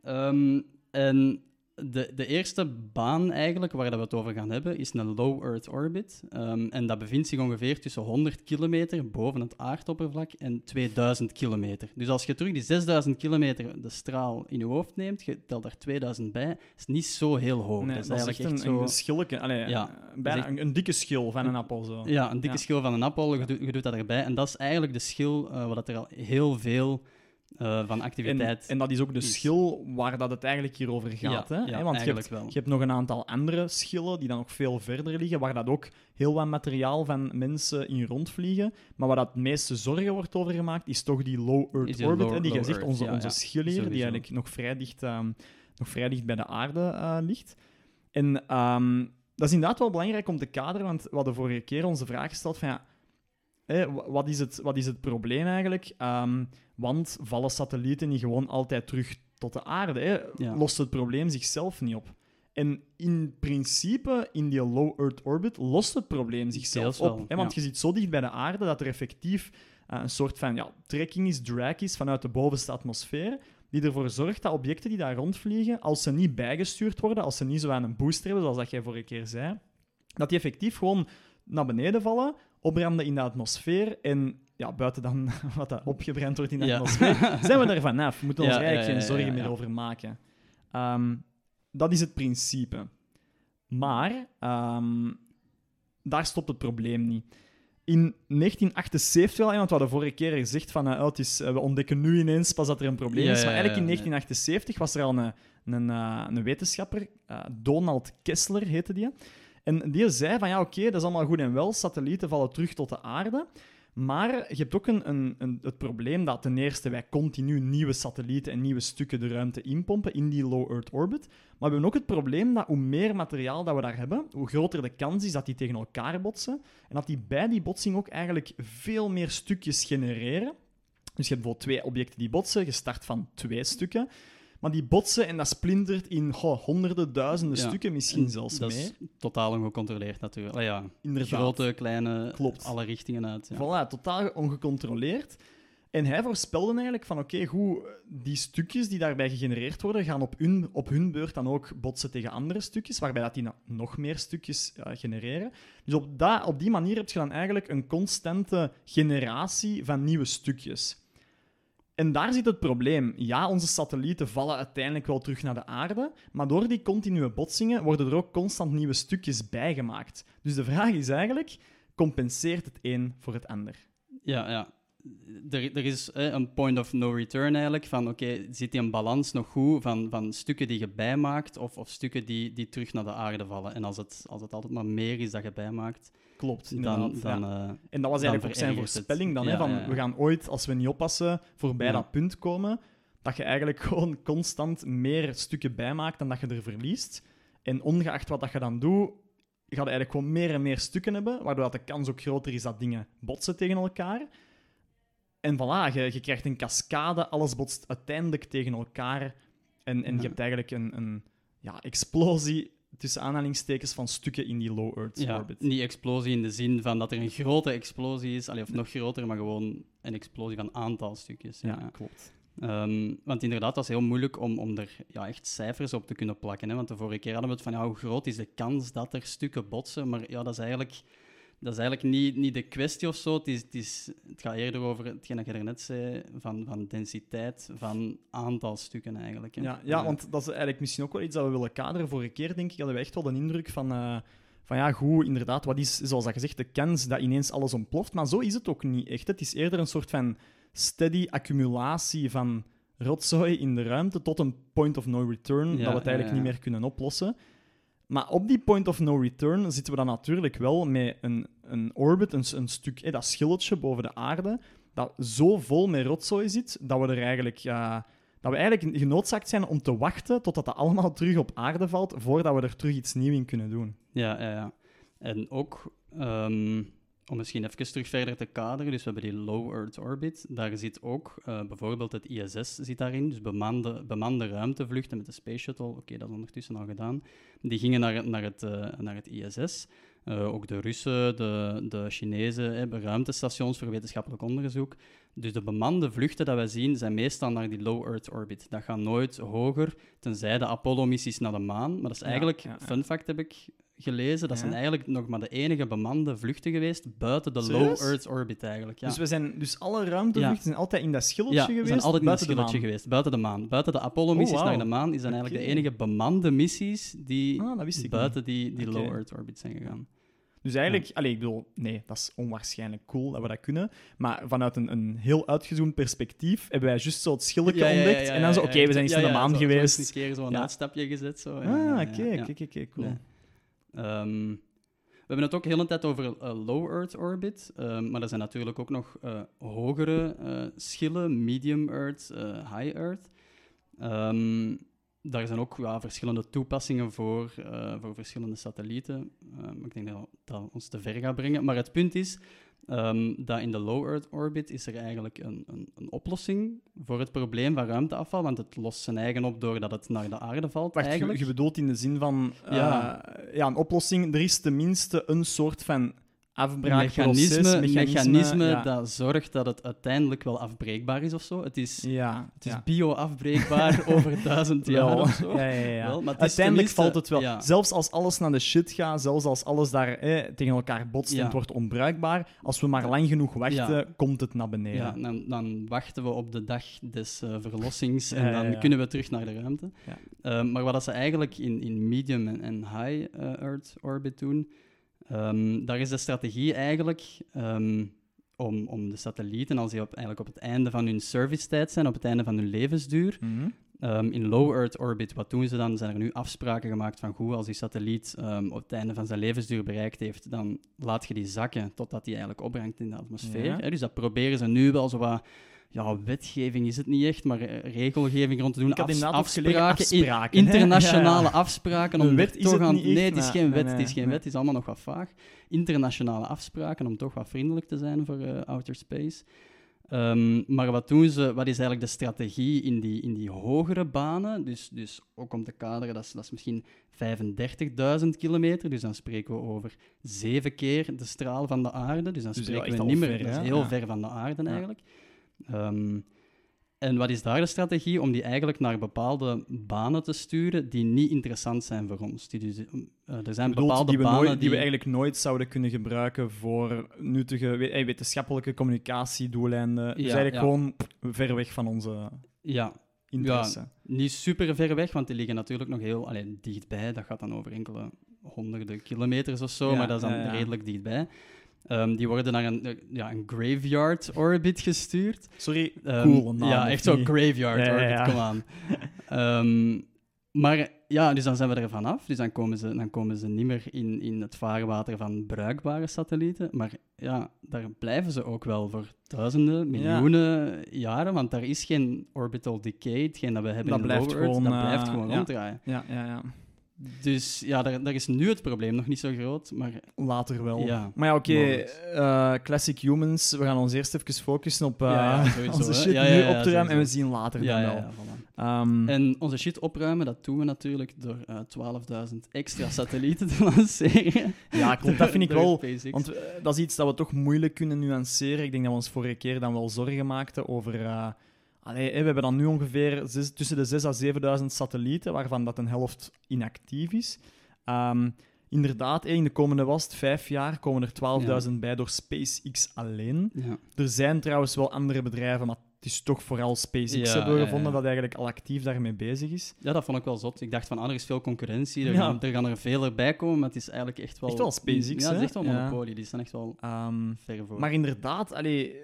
Um, en de, de eerste baan eigenlijk, waar dat we het over gaan hebben, is een low Earth orbit. Um, en dat bevindt zich ongeveer tussen honderd kilometer boven het aardoppervlak en tweeduizend kilometer. Dus als je terug die zesduizend kilometer de straal in je hoofd neemt, je telt daar tweeduizend bij, is niet zo heel hoog. Nee, dat is dat is eigenlijk echt echt een, zo... een schilletje. Allee, Ja, bijna dat is echt- een, een dikke schil van een appel. Zo. Ja, een dikke Ja. schil van een appel, je, doet, je doet dat erbij. En dat is eigenlijk de schil uh, waar dat er al heel veel uh, van En, activiteit... en dat is ook de is. schil waar dat het eigenlijk hier over gaat. Ja, hè? ja, Hè, Want je eigenlijk hebt, wel. je hebt nog een aantal andere schillen die dan nog veel verder liggen, waar dat ook heel wat materiaal van mensen in rondvliegen. Maar waar dat het meeste zorgen wordt over gemaakt, is toch die low Earth Is die orbit. low- hè, die low je zegt, Earth, onze, ja, onze ja. schil hier, die Sowieso. eigenlijk nog vrij dicht, ehm, nog vrij dicht bij de aarde uh, ligt. En ehm, dat is inderdaad wel belangrijk om te kaderen, want we hadden vorige keer onze vraag gesteld van ja, hè, wa- wat, is het, wat is het probleem eigenlijk? Ehm, want vallen satellieten niet gewoon altijd terug tot de aarde? Hè? Ja. Lost het probleem zichzelf niet op? En in principe, in die low Earth orbit, lost het probleem zichzelf Deels op. wel, Hè? Want ja. je zit zo dicht bij de aarde dat er effectief uh, een soort van ja, trekking is, drag is vanuit de bovenste atmosfeer, die ervoor zorgt dat objecten die daar rondvliegen, als ze niet bijgestuurd worden, als ze niet zo aan een booster hebben, zoals dat jij vorige keer zei, dat die effectief gewoon naar beneden vallen, opbranden in de atmosfeer en ja, buiten dan wat dat opgebrand wordt in de Ja. atmosfeer, zijn we er vanaf. We moeten ons Ja, er eigenlijk ja, ja, geen zorgen ja, ja. meer over maken. Ehm, dat is het principe. Maar ehm, daar stopt het probleem niet. In negentien achtenzeventig al, want we hadden vorige keer gezegd van uh, oh, het is, uh, we ontdekken nu ineens pas dat er een probleem Ja, is. ja, Maar ja, eigenlijk in ja. negentien achtenzeventig was er al een, een, uh, een wetenschapper, uh, Donald Kessler heette die. En die zei van ja, oké, dat is allemaal goed en wel, satellieten vallen terug tot de aarde. Maar je hebt ook een, een, een, het probleem dat ten eerste wij continu nieuwe satellieten en nieuwe stukken de ruimte inpompen in die low Earth orbit. Maar we hebben ook het probleem dat hoe meer materiaal dat we daar hebben, hoe groter de kans is dat die tegen elkaar botsen. En dat die bij die botsing ook eigenlijk veel meer stukjes genereren. Dus je hebt bijvoorbeeld twee objecten die botsen, je start van twee stukken. Maar die botsen en dat splintert in goh, honderden, duizenden Ja, stukken misschien zelfs dat mee. is totaal ongecontroleerd natuurlijk. Ah, ja. Inderdaad. Grote, kleine, Klopt. alle richtingen uit. Ja. Voilà, totaal ongecontroleerd. En hij voorspelde eigenlijk van oké, goed, die stukjes die daarbij gegenereerd worden, gaan op hun, op hun beurt dan ook botsen tegen andere stukjes, waarbij dat die nou nog meer stukjes uh, genereren. Dus op, dat, op die manier heb je dan eigenlijk een constante generatie van nieuwe stukjes. En daar zit het probleem. Ja, onze satellieten vallen uiteindelijk wel terug naar de aarde, maar door die continue botsingen worden er ook constant nieuwe stukjes bijgemaakt. Dus de vraag is eigenlijk, compenseert het een voor het ander? Ja, ja. Er, er is eh, een point of no return eigenlijk, van oké, okay, zit die een balans nog goed van, van stukken die je bijmaakt of, of stukken die, die terug naar de aarde vallen. En als het, als het altijd maar meer is dat je bijmaakt, Klopt, dan... dan ja. uh, En dat was eigenlijk ook zijn voorspelling dan, ja, hè, van ja, ja. we gaan ooit, als we niet oppassen, voorbij Ja. dat punt komen, dat je eigenlijk gewoon constant meer stukken bijmaakt dan dat je er verliest. En ongeacht wat dat je dan doet, ga je eigenlijk gewoon meer en meer stukken hebben, waardoor dat de kans ook groter is dat dingen botsen tegen elkaar. En voilà, je, je krijgt een cascade, alles botst uiteindelijk tegen elkaar. En, en Ja. je hebt eigenlijk een, een ja, explosie, tussen aanhalingstekens, van stukken in die low Earth Ja, orbit. niet explosie in de zin van dat er een grote explosie is, allee, of nog groter, maar gewoon een explosie van aantal stukjes. Ja, Ja, klopt. Um, want inderdaad, dat is heel moeilijk om, om er ja, echt cijfers op te kunnen plakken. Hè? Want de vorige keer hadden we het van ja, hoe groot is de kans dat er stukken botsen. Maar ja, dat is eigenlijk, dat is eigenlijk niet, niet de kwestie of zo. Het, is, het, is, het gaat eerder over hetgeen dat je er net zei, van, van densiteit, van aantal stukken eigenlijk. Hè? Ja, ja, want dat is eigenlijk misschien ook wel iets dat we willen kaderen. Vorige keer, denk ik, hadden we echt wel de indruk van... Uh, van ja, goed, inderdaad, wat is, zoals dat gezegd, de kans dat ineens alles ontploft? Maar zo is het ook niet echt. Het is eerder een soort van steady accumulatie van rotzooi in de ruimte tot een point of no return, Ja, dat we het eigenlijk ja, ja. niet meer kunnen oplossen. Maar op die point of no return zitten we dan natuurlijk wel met een, een orbit, een, een stuk, eh, dat schilletje boven de aarde, dat zo vol met rotzooi zit, dat we er eigenlijk... Uh, dat we eigenlijk genoodzaakt zijn om te wachten totdat dat allemaal terug op aarde valt, voordat we er terug iets nieuws in kunnen doen. Ja, ja, ja. En ook, um, om misschien even terug verder te kaderen, dus we hebben die Low Earth Orbit, daar zit ook uh, bijvoorbeeld het I S S zit daarin, dus bemande, bemande ruimtevluchten met de Space Shuttle, oké, okay, dat is ondertussen al gedaan. Die gingen naar, naar, het, uh, naar het I S S. Uh, ook de Russen, de, de Chinezen hebben ruimtestations voor wetenschappelijk onderzoek. Dus de bemande vluchten dat wij zien, zijn meestal naar die Low Earth Orbit. Dat gaat nooit hoger, tenzij de Apollo-missies naar de maan. Maar dat is eigenlijk, Ja, ja, ja. fun fact heb ik gelezen, dat Ja. zijn eigenlijk nog maar de enige bemande vluchten geweest buiten de Serieus? Low Earth Orbit eigenlijk. Ja. Dus, we zijn, dus alle ruimtevluchten Ja. zijn altijd in dat schilletje Ja, geweest, we zijn altijd in het buiten de schilletje maan. geweest, buiten de maan. Buiten de Apollo-missies Oh, wauw. naar de maan zijn eigenlijk Oké. de enige bemande missies die Ah, dat wist ik buiten die, die Oké. Low Earth Orbit zijn gegaan. Dus eigenlijk, allee, ik bedoel, nee, dat is onwaarschijnlijk cool dat we dat kunnen. Maar vanuit een, een heel uitgezoomd perspectief hebben wij juist zo het schilletje ontdekt. En dan zo, oké, we zijn eens ja, naar de ja, maan zo- geweest. Zo eens een keer zo'n Ja. uitstapje gezet. Zo. Ja, Ah, ja, oké, ja, ja. oké, oké, cool. Nee. Ehm, we hebben het ook de hele tijd over uh, Low Earth Orbit, um, maar er zijn natuurlijk ook nog uh, hogere uh, schillen, Medium Earth, uh, High Earth. Um, daar zijn ook ja, verschillende toepassingen voor, uh, voor verschillende satellieten. Um, ik denk dat dat ons te ver gaat brengen. Maar het punt is um, dat in de Low Earth Orbit is er eigenlijk een, een, een oplossing voor het probleem van ruimteafval, want het lost zijn eigen op doordat het naar de aarde valt. Wacht, je, eigenlijk. je bedoelt in de zin van uh, Ja. ja, een oplossing. Er is tenminste een soort van Een afbraakproces, mechanisme, mechanisme, mechanisme ja. dat zorgt dat het uiteindelijk wel afbreekbaar is of zo. Het is, Ja, het is ja. bio-afbreekbaar over duizend jaar Wel. of zo. Ja, ja, ja. Wel, maar het is Uiteindelijk tenminste- valt het wel. ja. Zelfs als alles naar de shit gaat, zelfs als alles daar eh, tegen elkaar botst en Ja. het wordt onbruikbaar, als we maar lang genoeg wachten, Ja. komt het naar beneden. Ja, dan, dan wachten we op de dag des uh, verlossings en Ja, ja, dan ja. kunnen we terug naar de ruimte. Ja. Uh, maar wat dat ze eigenlijk in, in medium en, en high uh, Earth orbit doen, um, daar is de strategie eigenlijk um, om, om de satellieten, als die op, eigenlijk op het einde van hun servicetijd zijn, op het einde van hun levensduur, Mhm. Um, in low Earth orbit, wat doen ze dan? Zijn er nu afspraken gemaakt van goed, als die satelliet um, op het einde van zijn levensduur bereikt heeft, dan laat je die zakken totdat die eigenlijk opbrengt in de atmosfeer. Ja. Hè? Dus dat proberen ze nu wel zo wat... Ja, wetgeving is het niet echt, maar regelgeving rond te doen. Ik had Afs- inderdaad afspraken, afspraken, in- hè? internationale Ja, ja. afspraken. Een Om wet er is toch het aan... niet echt, nee, het is maar- geen nee, wet, nee, het is geen nee. wet, het is allemaal nog wat vaag. Internationale afspraken om toch wat vriendelijk te zijn voor uh, outer space. Um, maar wat doen ze? Wat is eigenlijk de strategie in die, in die hogere banen? Dus, dus ook om te kaderen, dat is, dat is misschien vijfendertigduizend kilometer. Dus dan spreken we over zeven keer de straal van de aarde. Dus dan Dus spreken ja, echt we al niet meer... ver, dat is hè? heel Ja. ver van de aarde Ja. eigenlijk. Um, en wat is daar de strategie? Om die eigenlijk naar bepaalde banen te sturen die niet interessant zijn voor ons. Die dus, uh, er zijn Bedoelt, bepaalde die, we banen nooit, die... die we eigenlijk nooit zouden kunnen gebruiken voor nuttige we- eh, wetenschappelijke communicatiedoeleinden. Dus Ja, eigenlijk ja. gewoon pff, ver weg van onze Ja, interesse. niet super ver weg, want die liggen natuurlijk nog heel allee, dichtbij. Dat gaat dan over enkele honderden kilometers of zo, Ja, maar dat is dan ja, ja. redelijk dichtbij. Um, die worden naar een, ja, een graveyard orbit gestuurd. Sorry, Um, cool naam, Ja, of echt zo niet? graveyard Ja, ja, orbit, ja. kom aan. Um, maar ja, dus dan zijn we er vanaf. Dus dan komen ze, dan komen ze niet meer in, in het vaarwater van bruikbare satellieten. Maar ja, daar blijven ze ook wel voor duizenden, miljoenen jaren, want daar is geen orbital decay, hetgeen dat we hebben Dat in blijft low Earth, gewoon, dat uh, blijft gewoon ja. ronddraaien. Ja, ja, ja. Dus ja, daar, daar is nu het probleem nog niet zo groot, maar Later wel. ja. Maar ja, oké, mogelijk. eh, classic humans. We gaan ons eerst even focussen op uh, Ja, ja, sowieso, onze hè. shit Ja, ja, nu ja, op te ruimen en we sowieso. zien later Ja, dan ja, wel. ja, voilà. Ehm, En onze shit opruimen, dat doen we natuurlijk door uh, twaalfduizend extra satellieten te lanceren. ja, klopt. Dat vind ik Door wel... SpaceX. Want uh, dat is iets dat we toch moeilijk kunnen nuanceren. Ik denk dat we ons vorige keer dan wel zorgen maakten over... Uh, allee, hè, we hebben dan nu ongeveer zes, tussen de zes à zevenduizend satellieten, waarvan dat een helft inactief is. Um, inderdaad, hè, in de komende was het vijf jaar komen er twaalfduizend bij door SpaceX alleen. Ja. Er zijn trouwens wel andere bedrijven, maar het is toch vooral SpaceX Ja, hebben we ja, gevonden ja. dat eigenlijk al actief daarmee bezig is. ja, dat vond ik wel zot. Ik dacht van, ah, er is veel concurrentie, er, Ja. gaan, er gaan er veel erbij komen, maar het is eigenlijk echt wel... Echt wel SpaceX, Ja, het is hè? echt wel Ja. monopolie, die staan echt wel Um, ver voor. maar inderdaad, allee,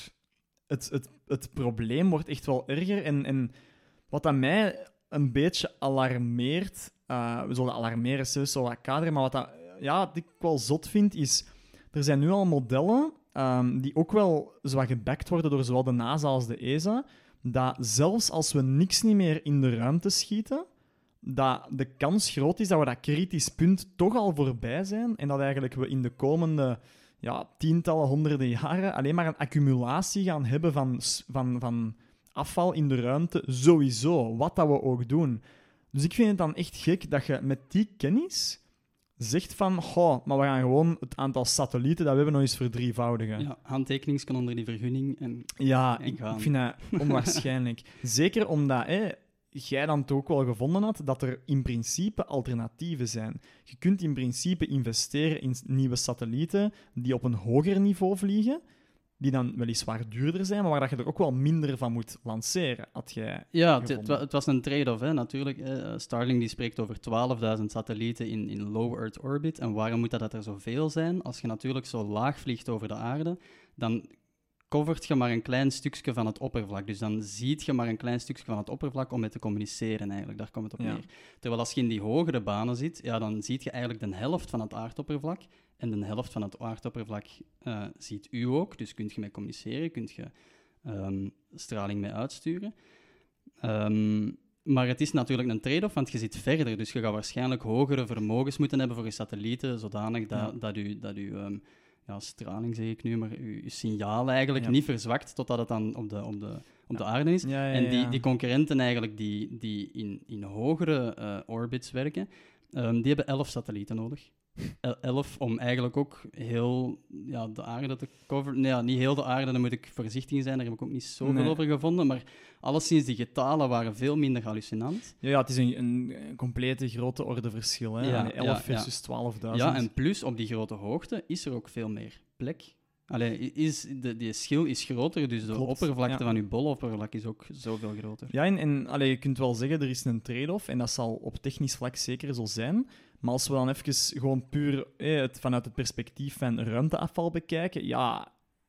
het, het, het probleem wordt echt wel erger. En, en wat dat mij een beetje alarmeert, uh, we zullen alarmeren, zo wat kaderen, maar wat dat, ja, wat ik wel zot vind, is... Er zijn nu al modellen um, die ook wel zo wat gebackt worden door zowel de NASA als de E S A, dat zelfs als we niks niet meer in de ruimte schieten, dat de kans groot is dat we dat kritisch punt toch al voorbij zijn en dat eigenlijk we in de komende ja, tientallen, honderden jaren alleen maar een accumulatie gaan hebben van, s- van, van afval in de ruimte, sowieso, wat dat we ook doen. Dus ik vind het dan echt gek dat je met die kennis zegt van, goh, maar we gaan gewoon het aantal satellieten dat we hebben nog eens verdrievoudigen. Ja, handtekeningen kan onder die vergunning en... Ja, En ik, gaan. ik vind dat onwaarschijnlijk. Zeker omdat hè, jij dan toch ook wel gevonden had dat er in principe alternatieven zijn. Je kunt in principe investeren in nieuwe satellieten die op een hoger niveau vliegen, die dan weliswaar duurder zijn, maar waar dat je er ook wel minder van moet lanceren, had jij Ja, het, gevonden. het, wa- het was een trade-off, hè, natuurlijk. Eh, Starlink die spreekt over twaalfduizend satellieten in, in low Earth orbit. En waarom moet dat, dat er zoveel zijn? Als je natuurlijk zo laag vliegt over de aarde, dan covert je maar een klein stukje van het oppervlak. Dus dan ziet je maar een klein stukje van het oppervlak om mee te communiceren, eigenlijk. Daar komt het op Ja. neer. Terwijl als je in die hogere banen zit, ja, dan ziet je eigenlijk de helft van het aardoppervlak. En de helft van het aardoppervlak uh, ziet u ook. Dus kun je mee communiceren, kun je um, straling mee uitsturen. Um, maar het is natuurlijk een trade-off, want je zit verder. Dus je gaat waarschijnlijk hogere vermogens moeten hebben voor je satellieten, zodanig dat, Ja. dat u... Dat u um, ja, straling zeg ik nu, maar uw, uw signaal eigenlijk Ja. niet verzwakt totdat het dan op de, op de, op de aarde is. Ja, ja, En die, ja. die concurrenten eigenlijk die, die in, in hogere uh, orbits werken, um, die hebben elf satellieten nodig. El- elf om eigenlijk ook heel ja, de aarde te coveren. Nee, ja, niet heel de aarde, daar moet ik voorzichtig in zijn, daar heb ik ook niet zoveel Nee. over gevonden, maar alleszins die getalen waren veel minder hallucinant. Ja, ja, het is een, een, een complete grote orde verschil. Hè? Ja, Allee, elf ja, versus twaalfduizend. Ja, en plus op die grote hoogte is er ook veel meer plek. Allee, is, de, die schil is groter, dus de Klopt, oppervlakte ja. van uw boloppervlak is ook zoveel groter. Ja, en, en allee, je kunt wel zeggen, er is een trade-off, en dat zal op technisch vlak zeker zo zijn. Maar als we dan even gewoon puur eh, het, vanuit het perspectief van ruimteafval bekijken, ja,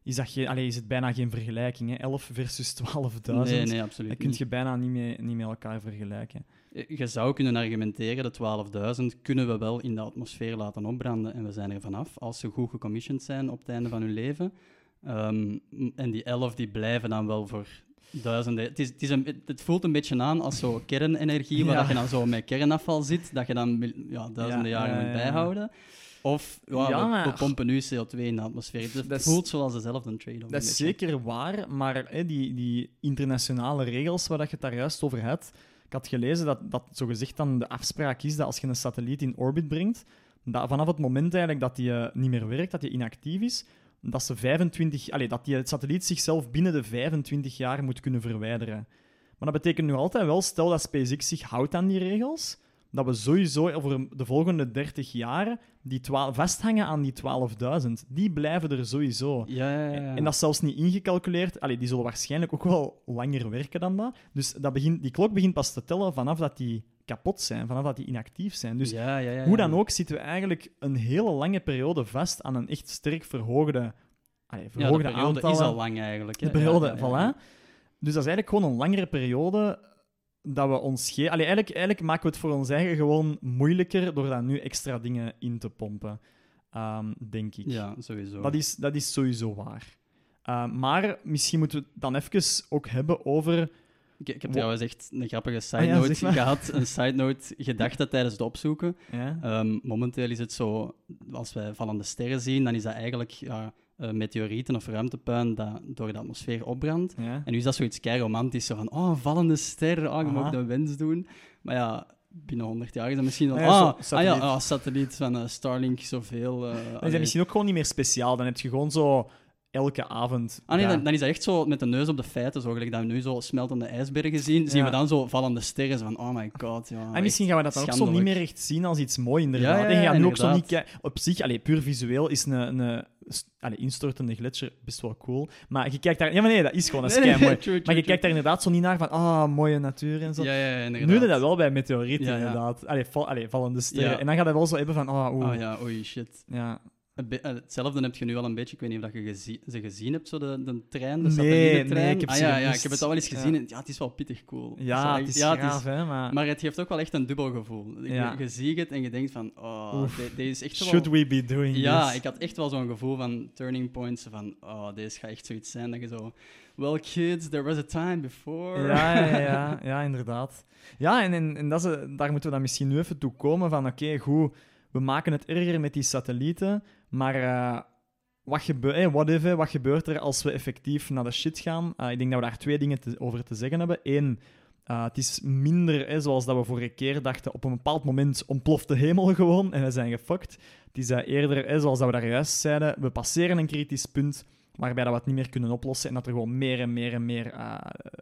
is, dat geen, allee, is het bijna geen vergelijking. Hè? elf versus twaalfduizend. Nee, nee, absoluut Dat kun niet. je bijna niet mee, niet met elkaar vergelijken. Je zou kunnen argumenteren, de twaalfduizend kunnen we wel in de atmosfeer laten opbranden en we zijn er vanaf als ze goed gecommissioned zijn op het einde van hun leven. Um, en die elf die blijven dan wel voor duizenden. Het, is, het, is een, het voelt een beetje aan als zo kernenergie, waar Ja. dat je dan zo met kernafval zit, dat je dan ja, duizenden Ja, jaren ja, moet ja, ja. bijhouden. Of ja, Ja, we, maar- we pompen nu C O twee in de atmosfeer. Het Dat is- voelt zoals dezelfde trade-off. Dat is een beetje. zeker waar, maar hè, die, die internationale regels waar dat je het daar juist over had, ik had gelezen dat, dat zogezegd dan de afspraak is dat als je een satelliet in orbit brengt, dat vanaf het moment eigenlijk dat die eh, niet meer werkt, dat die inactief is, dat, ze vijfentwintig, allez, dat die satelliet zichzelf binnen de vijfentwintig jaar moet kunnen verwijderen. Maar dat betekent nu altijd wel, stel dat SpaceX zich houdt aan die regels, dat we sowieso over de volgende dertig jaar die twaalf, vasthangen aan die twaalfduizend. Die blijven er sowieso. Ja, ja, ja, ja. En dat is zelfs niet ingecalculeerd. Allee, die zullen waarschijnlijk ook wel langer werken dan dat. Dus dat begint, die klok begint pas te tellen vanaf dat die kapot zijn, vanaf dat die inactief zijn. Dus ja, ja, ja, hoe dan ja. ook zitten we eigenlijk een hele lange periode vast aan een echt sterk verhoogde, allee, Ja, de verhoogde periode aantallen. is al lang eigenlijk. Hè? De periode, Ja, ja, ja. voilà. Dus dat is eigenlijk gewoon een langere periode dat we ons... Ge- Allee, eigenlijk, eigenlijk maken we het voor ons eigen gewoon moeilijker door daar nu extra dingen in te pompen, Ehm, denk ik. Ja, sowieso. Dat is, dat is sowieso waar. Uh, maar misschien moeten we het dan even ook hebben over... Ik, ik heb Wo- trouwens echt een grappige side Ah ja, note zeg maar. gehad. Een side note gedachte tijdens het opzoeken. Ja, Ehm, momenteel is het zo, als wij vallende sterren zien, dan is dat eigenlijk ja, uh, meteorieten of ruimtepuin dat door de atmosfeer opbrandt. ja. En nu is dat zoiets kei romantisch, zo van, oh, een vallende ster, oh, je Aha. mag een wens doen. Maar ja, binnen honderd jaar is dat misschien wel... Ah ja, zo, ah, satelliet. ah ja, ah, satelliet van uh, Starlink, zoveel... uh, Dat is allee. misschien ook gewoon niet meer speciaal. Dan heb je gewoon zo elke avond... Ah nee, dat- dan, dan is dat echt zo met de neus op de feiten, zo gelijk dat we nu zo smeltende ijsbergen zien, zien Ja. we dan zo vallende sterren, zo van, oh my god, ja. En misschien gaan we dat dan ook zo niet schandelijk. meer echt zien als iets moois, inderdaad. Ja, ja, En je gaat nu ook zo inderdaad. niet kijken... Op zich, allee, puur visueel is een, een st- allee, instortende gletsjer best wel cool. Maar je kijkt daar... Ja, maar nee, dat is gewoon, dat is Nee, nee, kei mooi. true, true, Maar je true. kijkt daar inderdaad zo niet naar van, ah, mooie natuur en zo. Ja, ja, ja, inderdaad. Nu doe je dat wel bij meteorieten, Ja, ja. inderdaad. Allee, val, allee, vallende sterren. Ja. En dan gaat dat wel zo hebben van, ah, oeh. Oh ja, oei, shit. Ja. Een be- eh, Hetzelfde heb je nu al een beetje, ik weet niet of dat je gezi- ze gezien hebt, zo de, de trein, de Nee, satellietentrein. nee, ik heb ah, ze ja, ja, gemist. ik heb het al wel eens Ja. gezien. en Ja, het is wel pittig cool. Ja, Zo het echt- is ja, gaaf, hè, maar... Maar het geeft ook wel echt een dubbel gevoel. Je, Ja. je ziet het en je denkt van, oh, Oef. de- deze is echt wel... Should we be doing Ja, this? ik had echt wel zo'n gevoel van turning points, van, oh, deze gaat echt zoiets zijn dat je zo... Well, kids, there was a time before. Ja, ja, ja, ja, inderdaad. Ja, en, en, en dat is, eh, daar moeten we dan misschien nu even toe komen van, oké, goed, we maken het erger met die satellieten, maar eh, wat, gebe- eh, what if, eh, wat gebeurt er als we effectief naar de shit gaan? Eh, ik denk dat we daar twee dingen te- over te zeggen hebben. Eén, eh, het is minder, eh, zoals dat we vorige keer dachten, op een bepaald moment ontploft de hemel gewoon en we zijn gefucked. Het is eh, eerder, eh, zoals dat we daar juist zeiden, we passeren een kritisch punt waarbij dat we het niet meer kunnen oplossen en dat er gewoon meer en meer en meer eh,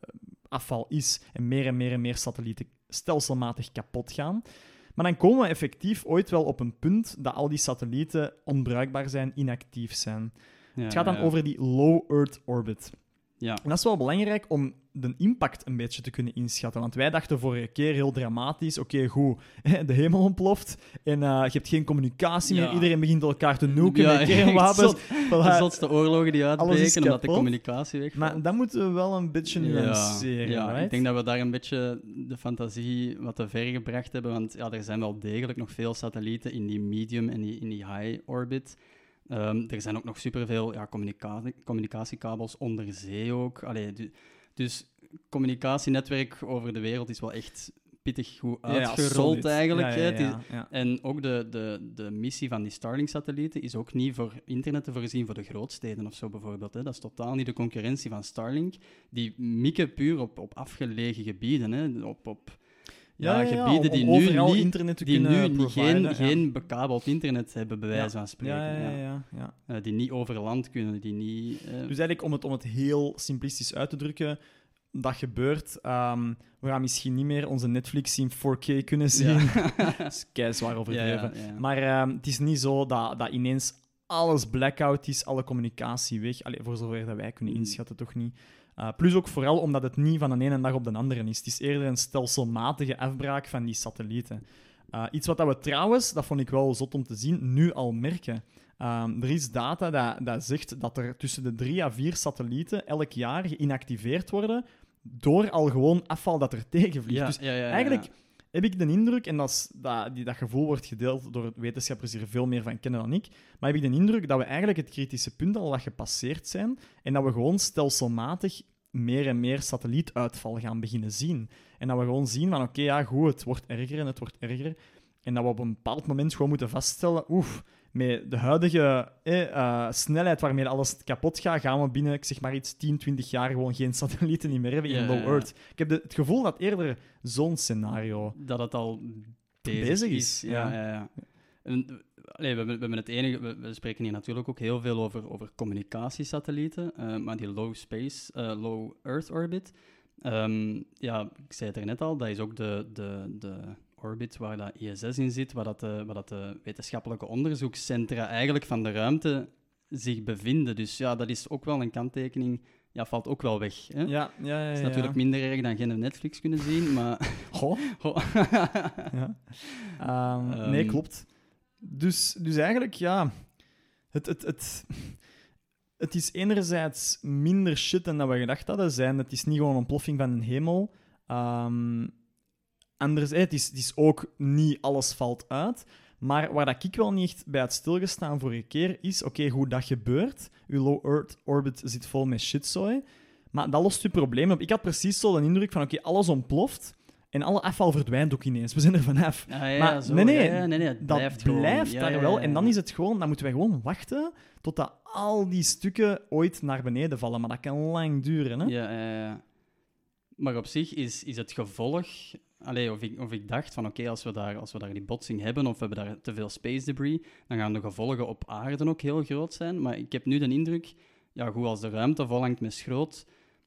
afval is en meer en meer en meer satellieten stelselmatig kapot gaan. Maar dan komen we effectief ooit wel op een punt dat al die satellieten onbruikbaar zijn, inactief zijn. Ja, Het gaat dan ja. over die low Earth orbit. Ja. En dat is wel belangrijk om de impact een beetje te kunnen inschatten. Want wij dachten vorige keer heel dramatisch, oké, goed, de hemel ontploft en uh, je hebt geen communicatie Ja. meer. Iedereen begint elkaar te nuken Ja, met kernwapens. echt Voilà. De zotste oorlogen die Alles is uitbreken omdat de kapot. communicatie wegvalt. Maar dat moeten we wel een beetje nuanceren, ja, right? ik denk dat we daar een beetje de fantasie wat te ver gebracht hebben, want ja, er zijn wel degelijk nog veel satellieten in die medium en die, in die high orbit. Um, er zijn ook nog superveel ja, communicatie, communicatiekabels onder zee ook. Allee, du- dus communicatienetwerk over de wereld is wel echt pittig goed Ja, ja, uitgerold solid. eigenlijk. Ja, hè. ja, Het is- ja, ja. En ook de, de, de missie van die Starlink-satellieten is ook niet voor internet te voorzien voor de grootsteden of zo bijvoorbeeld. Hè. Dat is totaal niet de concurrentie van Starlink. Die mikken puur op, op afgelegen gebieden, hè. Op, op ja, gebieden om- die om nu, overal niet, internet te die kunnen nu niet geen, providen, ja. geen bekabeld internet hebben, bij wijze Ja. van spreken. Ja, ja, ja, ja. ja, ja. Eh, die niet over land kunnen, die niet... eh, Dus eigenlijk, om het, om het heel simplistisch uit te drukken, dat gebeurt. ehm, we gaan misschien niet meer onze Netflix in four K kunnen zien. ja. Dat is keizwaar overdreven. Ja, ja, ja. Maar ehm, het is niet zo dat, dat ineens alles blackout is, alle communicatie weg. Allee, voor zover dat wij kunnen Mm. inschatten, toch niet. Uh, plus ook vooral omdat het niet van de ene dag op de andere is. Het is eerder een stelselmatige afbraak van die satellieten. Uh, iets wat dat we trouwens, dat vond ik wel zot om te zien, nu al merken. Um, er is data dat, dat zegt dat er tussen de drie à vier satellieten elk jaar geïnactiveerd worden door al gewoon afval dat er tegenvliegt. Ja, dus ja, ja, ja, eigenlijk ja. heb ik de indruk, en dat, is, dat, die, dat gevoel wordt gedeeld door wetenschappers die er veel meer van kennen dan ik, maar heb ik de indruk dat we eigenlijk het kritische punt al wat gepasseerd zijn en dat we gewoon stelselmatig meer en meer satellietuitval gaan beginnen zien. En dat we gewoon zien van, oké, okay, ja, goed, het wordt erger en het wordt erger. En dat we op een bepaald moment gewoon moeten vaststellen, oef, met de huidige eh, uh, snelheid waarmee alles kapot gaat, gaan we binnen, ik zeg maar iets, tien, twintig jaar gewoon geen satellieten niet meer hebben in Ja, low ja, ja. Earth. Ik heb de, het gevoel dat eerder zo'n scenario Dat het al bezig, bezig is. is. Ja, Ja. ja, ja. En, allee, we, hebben, we hebben het enige... We, we spreken hier natuurlijk ook heel veel over, over communicatiesatellieten, uh, maar die low space, uh, low Earth orbit... Um, ja, ik zei het er net al, dat is ook de, de, de orbit waar dat I S S in zit, waar, dat de, waar dat de wetenschappelijke onderzoekscentra eigenlijk van de ruimte zich bevinden. Dus ja, dat is ook wel een kanttekening, ja, valt ook wel weg. Hè? Ja, ja, ja, ja. Dat is natuurlijk minder erg dan geen Netflix kunnen zien, maar... Goh. Goh. Ja. Um, Um, nee, klopt. Dus, dus eigenlijk, ja... Het, het, het, het is enerzijds minder shit dan dat we gedacht hadden zijn. Het is niet gewoon een ontploffing van een hemel. Um, anderzijds, het is, het is ook niet alles valt uit. Maar waar dat ik wel niet echt bij had stilgestaan vorige keer, is... Oké, okay, hoe dat gebeurt. Uw low Earth orbit zit vol met shitzooi. Maar dat lost je probleem op. Ik had precies zo de indruk van... Oké, okay, alles ontploft... En alle afval verdwijnt ook ineens. We zijn er vanaf. Ah, ja, maar zo, nee, nee, ja, ja, nee, nee, het dat blijft, blijft gewoon. daar Ja, ja, wel. ja. En dan is het gewoon... Dan moeten wij gewoon wachten totdat al die stukken ooit naar beneden vallen. Maar dat kan lang duren, hè? Ja, ja, ja. Maar op zich is, is het gevolg... Allee, of, ik, of ik dacht van oké, okay, als we daar, als we daar die botsing hebben of we hebben daar te veel space debris, dan gaan de gevolgen op aarde ook heel groot zijn. Maar ik heb nu de indruk... Ja, goed, als de ruimte volhangt met schroot...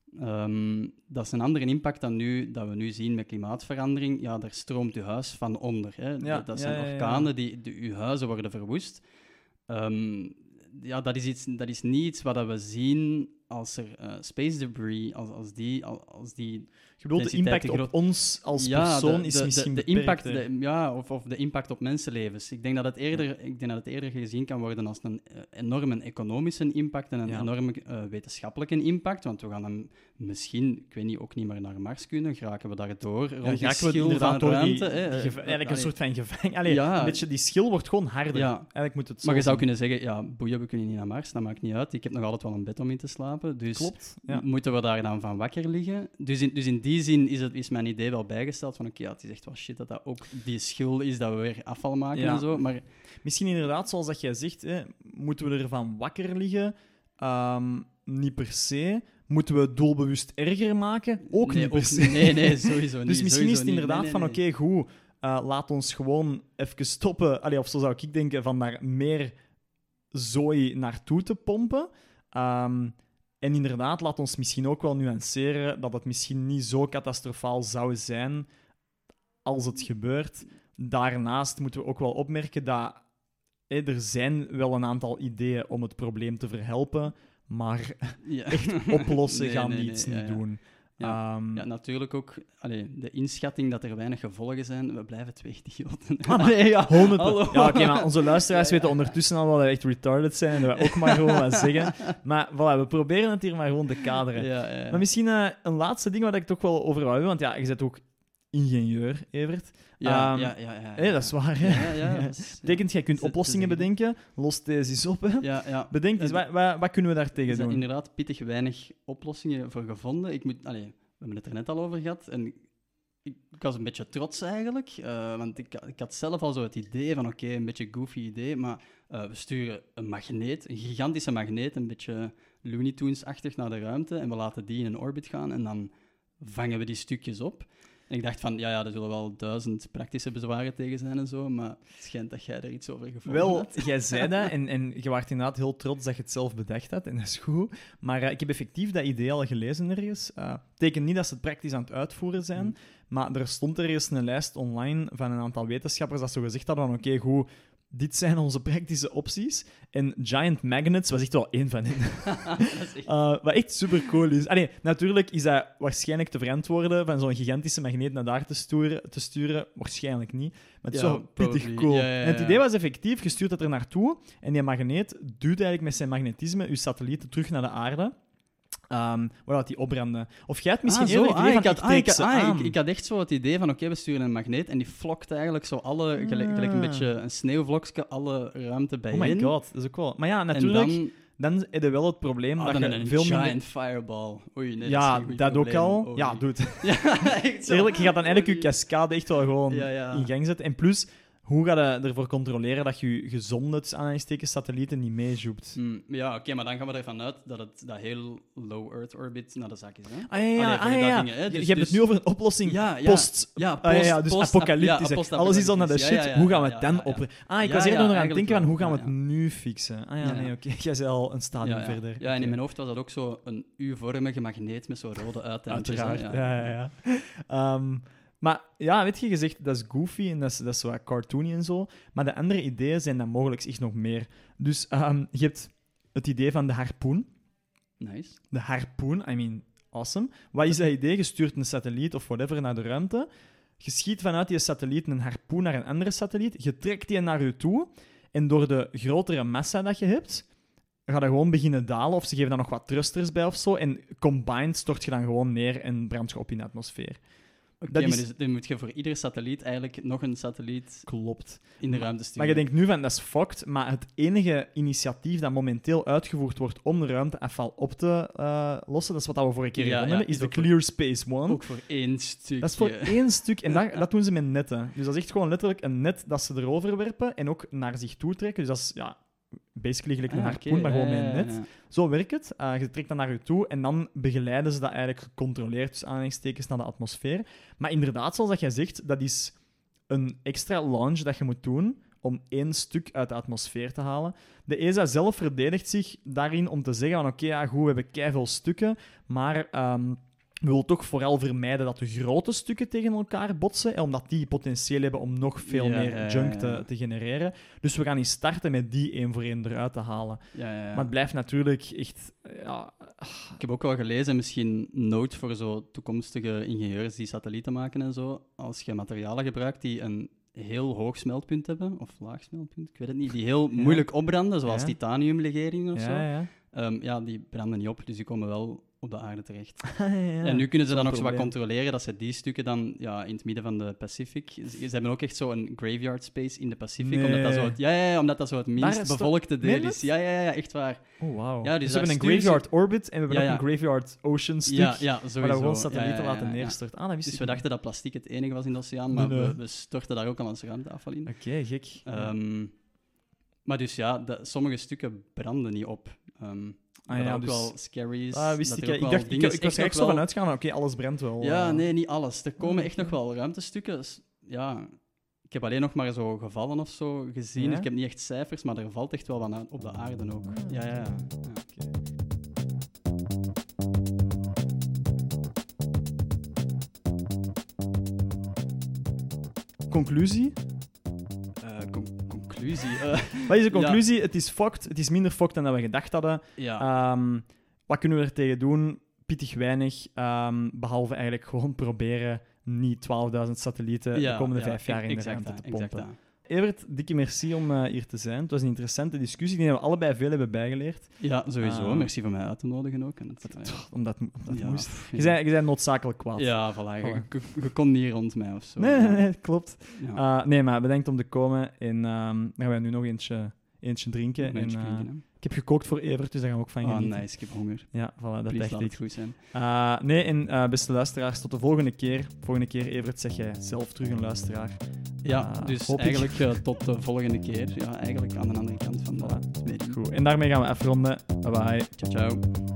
Um, dat is een andere impact dan nu, dat we nu zien met klimaatverandering. Ja, daar stroomt uw huis van onder. Hè. Ja, dat ja, zijn ja, ja. orkanen die, die uw huizen worden verwoest. Um, ja, dat is, iets, dat is niet iets wat we zien als er uh, space debris, als, als die... Als die Je bedoelt de impact op ons als ja, persoon de, is de, misschien de, de impact, beperkter. de, ja, of, of de impact op mensenlevens. Ik denk dat het eerder, ik denk dat het eerder gezien kan worden als een uh, enorme economische impact en een Ja. enorme uh, wetenschappelijke impact, want we gaan hem misschien, ik weet niet, ook niet meer naar Mars kunnen, geraken we daardoor Ja, rond die geraken we schil inderdaad van door die, ruimte. hè. die geva- Uh, eigenlijk een allee. soort van gevang. Allee, Ja. een beetje, die schil wordt gewoon harder. Ja. Eigenlijk moet het zo Maar je zou zijn. kunnen zeggen, ja, boeien, we kunnen niet naar Mars, dat maakt niet uit. Ik heb nog altijd wel een bed om in te slapen, dus Klopt. Ja. moeten we daar dan van wakker liggen? Dus in, dus in die zin is, het, is mijn idee wel bijgesteld van, oké, okay, ja, het is echt wel shit dat dat ook die schil is, dat we weer afval maken Ja. en zo, maar... Misschien inderdaad, zoals dat jij zegt, hè, moeten we ervan wakker liggen? Um, niet per se. Moeten we het doelbewust erger maken? Ook nee, niet per ook- se. Nee, nee, sowieso niet. Dus misschien sowieso is het niet. inderdaad Nee, nee, van, nee. oké, goed, uh, laat ons gewoon even stoppen. Allee, of zo zou ik denken, van daar meer zooi naartoe te pompen. Um, en inderdaad, laat ons misschien ook wel nuanceren dat het misschien niet zo catastrofaal zou zijn als het gebeurt. Daarnaast moeten we ook wel opmerken dat hè, er zijn wel een aantal ideeën om het probleem te verhelpen, maar Ja. echt oplossen Nee, gaan nee, die nee, iets ja, niet ja. doen. Ja. Um, Ja, natuurlijk ook allee, de inschatting dat er weinig gevolgen zijn. We blijven twee idioten. Ah, maar nee, ja. honderd Hallo. Ja, oké, maar onze luisteraars Ja, ja. weten ondertussen al wel dat we echt retarded zijn en dat we ook maar gewoon wat zeggen. Maar voilà, we proberen het hier maar gewoon te kaderen. Ja, ja, ja. Maar misschien uh, een laatste ding waar ik toch wel over wou hebben, want ja, je bent ook ingenieur, Evert. Ja, Ehm, ja, ja, ja, Hé, dat is waar, hè? Ja, ja, dat is- Betekent, jij kunt Zet- oplossingen te zeggen. bedenken. Los deze eens op, hè? Ja, ja. Bedenk eens, Eh, wat, wat, wat kunnen we daar Er tegen zijn doen? inderdaad pittig weinig oplossingen voor gevonden. Ik moet, allee, we hebben het er net al over gehad. En ik, ik was een beetje trots eigenlijk. eh, want ik, ik had zelf al zo het idee van, oké, een beetje goofy idee, maar eh, we sturen een magneet, een gigantische magneet, een beetje Looney Tunes-achtig naar de ruimte, en we laten die in een orbit gaan en dan vangen we die stukjes op. En ik dacht van, ja, ja, er zullen wel duizend praktische bezwaren tegen zijn en zo, maar het schijnt dat jij er iets over gevonden Wel, hebt. jij zei dat en, en je was inderdaad heel trots dat je het zelf bedacht had, en dat is goed. Maar eh, ik heb effectief dat idee al gelezen ergens. Uh, betekent niet dat ze het praktisch aan het uitvoeren zijn, Mm. maar er stond ergens een lijst online van een aantal wetenschappers dat zo gezegd hadden van oké, goed, dit zijn onze praktische opties. En Giant Magnets was echt wel één van hen. echt... uh, wat echt super cool is. Allee, natuurlijk is dat waarschijnlijk te verantwoorden van zo'n gigantische magneet naar daar te sturen. Te sturen. Waarschijnlijk niet. Maar het is Ja, wel pittig probably. cool. Ja, ja, ja. En het idee was effectief, je stuurt het er naartoe en die magneet duwt eigenlijk met zijn magnetisme je satellieten terug naar de aarde. Um, waar die opbranden. Of jij hebt misschien ah, eerder zo, het idee ah, van, ik had, ik trek ah, ik, ze ah, aan. ik, ik had echt zo het idee van, oké, okay, we sturen een magneet en die flokt eigenlijk zo alle, gelijk, gelijk een beetje een sneeuwvlokje, alle ruimte bijeen. Oh my god, dat is ook wel... Maar ja, natuurlijk, en dan, dan heb je wel het probleem oh, dat dan je een veel giant minder... fireball. Oei, nee, ja, dat, is geen goed dat ook probleem. al. Oei. Ja, doe het. Ja, echt zo. Eerlijk, je gaat dan eigenlijk je cascade echt wel gewoon Ja, ja. in gang zetten. En plus, hoe ga je ervoor controleren dat je je gezonde, tussen aanhalingstekens, satellieten niet meezoekt? Mm, ja, oké, okay, maar dan gaan we ervan uit dat het dat heel low Earth orbit naar de zak is. Hè? Ah ja, ja, Allee, voor ah, ja, dat ja. dingen, hè. Je- Dus- je hebt dus- het nu over een oplossing Ja, ja. post... Ja, Ah, ja, post, ja, dus post- apocalyptisch. ja, hè. Alles is al naar de ja, shit. ja, ja, Hoe gaan we ja, het dan ja, ja. oplossen? Ah, ik Ja, was ja, eerder nog aan het eigenlijk denken van, hoe wel. gaan we Ja, het ja. nu fixen? Ah ja, Ja, nee, ja. oké. Jij zei al een stadium Ja, ja. verder. Ja, en Oké. in mijn hoofd was dat ook zo een U-vormige magneet met zo'n rode uiteindjes. hè. Uiteraard, ja, ja, ja. Ehm, maar ja, weet je, je zegt dat is goofy en dat is, dat is wat cartoony en zo. Maar de andere ideeën zijn dan mogelijk echt nog meer. Dus ehm, je hebt het idee van de harpoen. Nice. De harpoen, I mean, awesome. Wat is dat idee? Je stuurt een satelliet of whatever naar de ruimte. Je schiet vanuit die satelliet een harpoen naar een andere satelliet. Je trekt die naar je toe. En door de grotere massa dat je hebt, ga je gewoon beginnen dalen. Of ze geven dan nog wat thrusters bij of zo. En combined stort je dan gewoon neer en brandt je op in de atmosfeer. Oké, Dat maar is- dus, dan moet je voor iedere satelliet eigenlijk nog een satelliet Klopt. in de ruimte sturen. Maar je denkt nu van, dat is fucked, maar het enige initiatief dat momenteel uitgevoerd wordt om de ruimteafval op te uh, lossen, dat is wat we vorige keer Ja, gevonden ja, hebben, is is de ook voor- Clear Space One. Ook voor één stuk. Dat is voor één stuk, en dat, dat doen ze met netten. Dus dat is echt gewoon letterlijk een net dat ze erover werpen en ook naar zich toe trekken. Dus dat is, ja, basically gelijk een Ah, harpoen, oké, maar gewoon ja, met ja, een net. ja. Zo werkt het. Uh, je trekt dat naar je toe en dan begeleiden ze dat eigenlijk gecontroleerd, dus aanhalingstekens, naar de atmosfeer. Maar inderdaad, zoals dat jij zegt, dat is een extra launch dat je moet doen om één stuk uit de atmosfeer te halen. De E S A zelf verdedigt zich daarin om te zeggen van oké, ja, goed, we hebben keiveel stukken, maar ehm, we willen toch vooral vermijden dat de grote stukken tegen elkaar botsen, eh, omdat die potentieel hebben om nog veel Ja, meer ja, ja, junk ja. te, te genereren. Dus we gaan eens starten met die één voor één eruit te halen. Ja, ja, ja. Maar het blijft natuurlijk echt... Ja, Ik heb ook wel gelezen, misschien nood voor zo toekomstige ingenieurs die satellieten maken en zo. Als je materialen gebruikt die een heel hoog smeltpunt hebben, of laag smeltpunt, ik weet het niet, die heel Ja. moeilijk opbranden, zoals Ja. titaniumlegeringen of zo. ja, ja. Ehm, ja, die branden niet op, dus die komen wel op de aarde terecht. Ja, En nu kunnen ze dan zo'n ook zo wat probleem. controleren dat ze die stukken dan ja, in het midden van de Pacific... Ze, ze hebben ook echt zo een graveyard space in de Pacific, Nee. omdat dat zo het, ja, ja, ja, omdat dat zo het Daar minst is toch- bevolkte Meen deel je is. het? Ja, ja, ja, echt waar. Oh, wauw. Ja, dus dus we daar hebben een sturen ze- graveyard orbit en we hebben Ja, ook ja. een graveyard ocean stuk, Ja, ja, waar sowieso. we gewoon Ja, satellieten ja, ja, laten ja. neerstorten. Ah, dat wist Dus ik we niet. dachten dat plastic het enige was in de oceaan, maar Nee, nee. We, we storten daar ook al ons ruimteafval in. Oké, gek. Ehm, maar dus ja, dat, sommige stukken branden niet op. Ehm Ah, wat ja, ook dus- wel scary is. Ah, wist dat ik. er ja. ook Ik, wel dacht, ik, dingen ik was echt er echt nog zo van wel- uitgaan van, oké, alles brandt wel. Ja, eh. nee, niet alles. Er komen Ah, echt nog oké. wel ruimtestukken. S- Ja, ik heb alleen nog maar zo gevallen of zo gezien. Ja? Dus ik heb niet echt cijfers, maar er valt echt wel wat aan op de aarde ook. Ja, ja, ja. ja. Conclusie? Eh, con- conclusie. eh, Wat is de conclusie? Het is fucked. Het is minder fucked dan dat we gedacht hadden. ja. Ehm, wat kunnen we er tegen doen? Pittig weinig. ehm, behalve eigenlijk gewoon proberen niet twaalfduizend satellieten ja, de komende ja, vijf jaar in de exact ruimte dat, te exact pompen. dat. Evert, dikke merci om eh, hier te zijn. Het was een interessante discussie. Ik denk dat we allebei veel hebben bijgeleerd. Ja, sowieso. Ah. Merci voor mij uit te nodigen ook. En het, eh, Omdat, omdat het ja, moest. pff, Je bent, je bent noodzakelijk kwaad. Ja, voilà. Je, Voilà. je- je kon niet rond mij of zo. Nee, nee, nee, klopt. Ja. Uh, nee, maar bedankt om te komen. En ehm, dan gaan we nu nog eentje, eentje drinken. Een beetje en, uh, klinken, hè. ik heb gekookt voor Evert, dus daar gaan we ook van Oh, genieten. nice. Ik heb honger. Ja, voilà, dat Please, dacht laat ik. het goed zijn. Uh, nee, en uh, beste luisteraars, tot de volgende keer. Volgende keer, Evert, zeg jij zelf terug een luisteraar. Ja, Ah, dus hoop ik. eigenlijk eh, tot de volgende keer. Ja, eigenlijk aan de andere kant van de Voilà. media. Goed, en daarmee gaan we afronden. Bye bye. Ciao, ciao.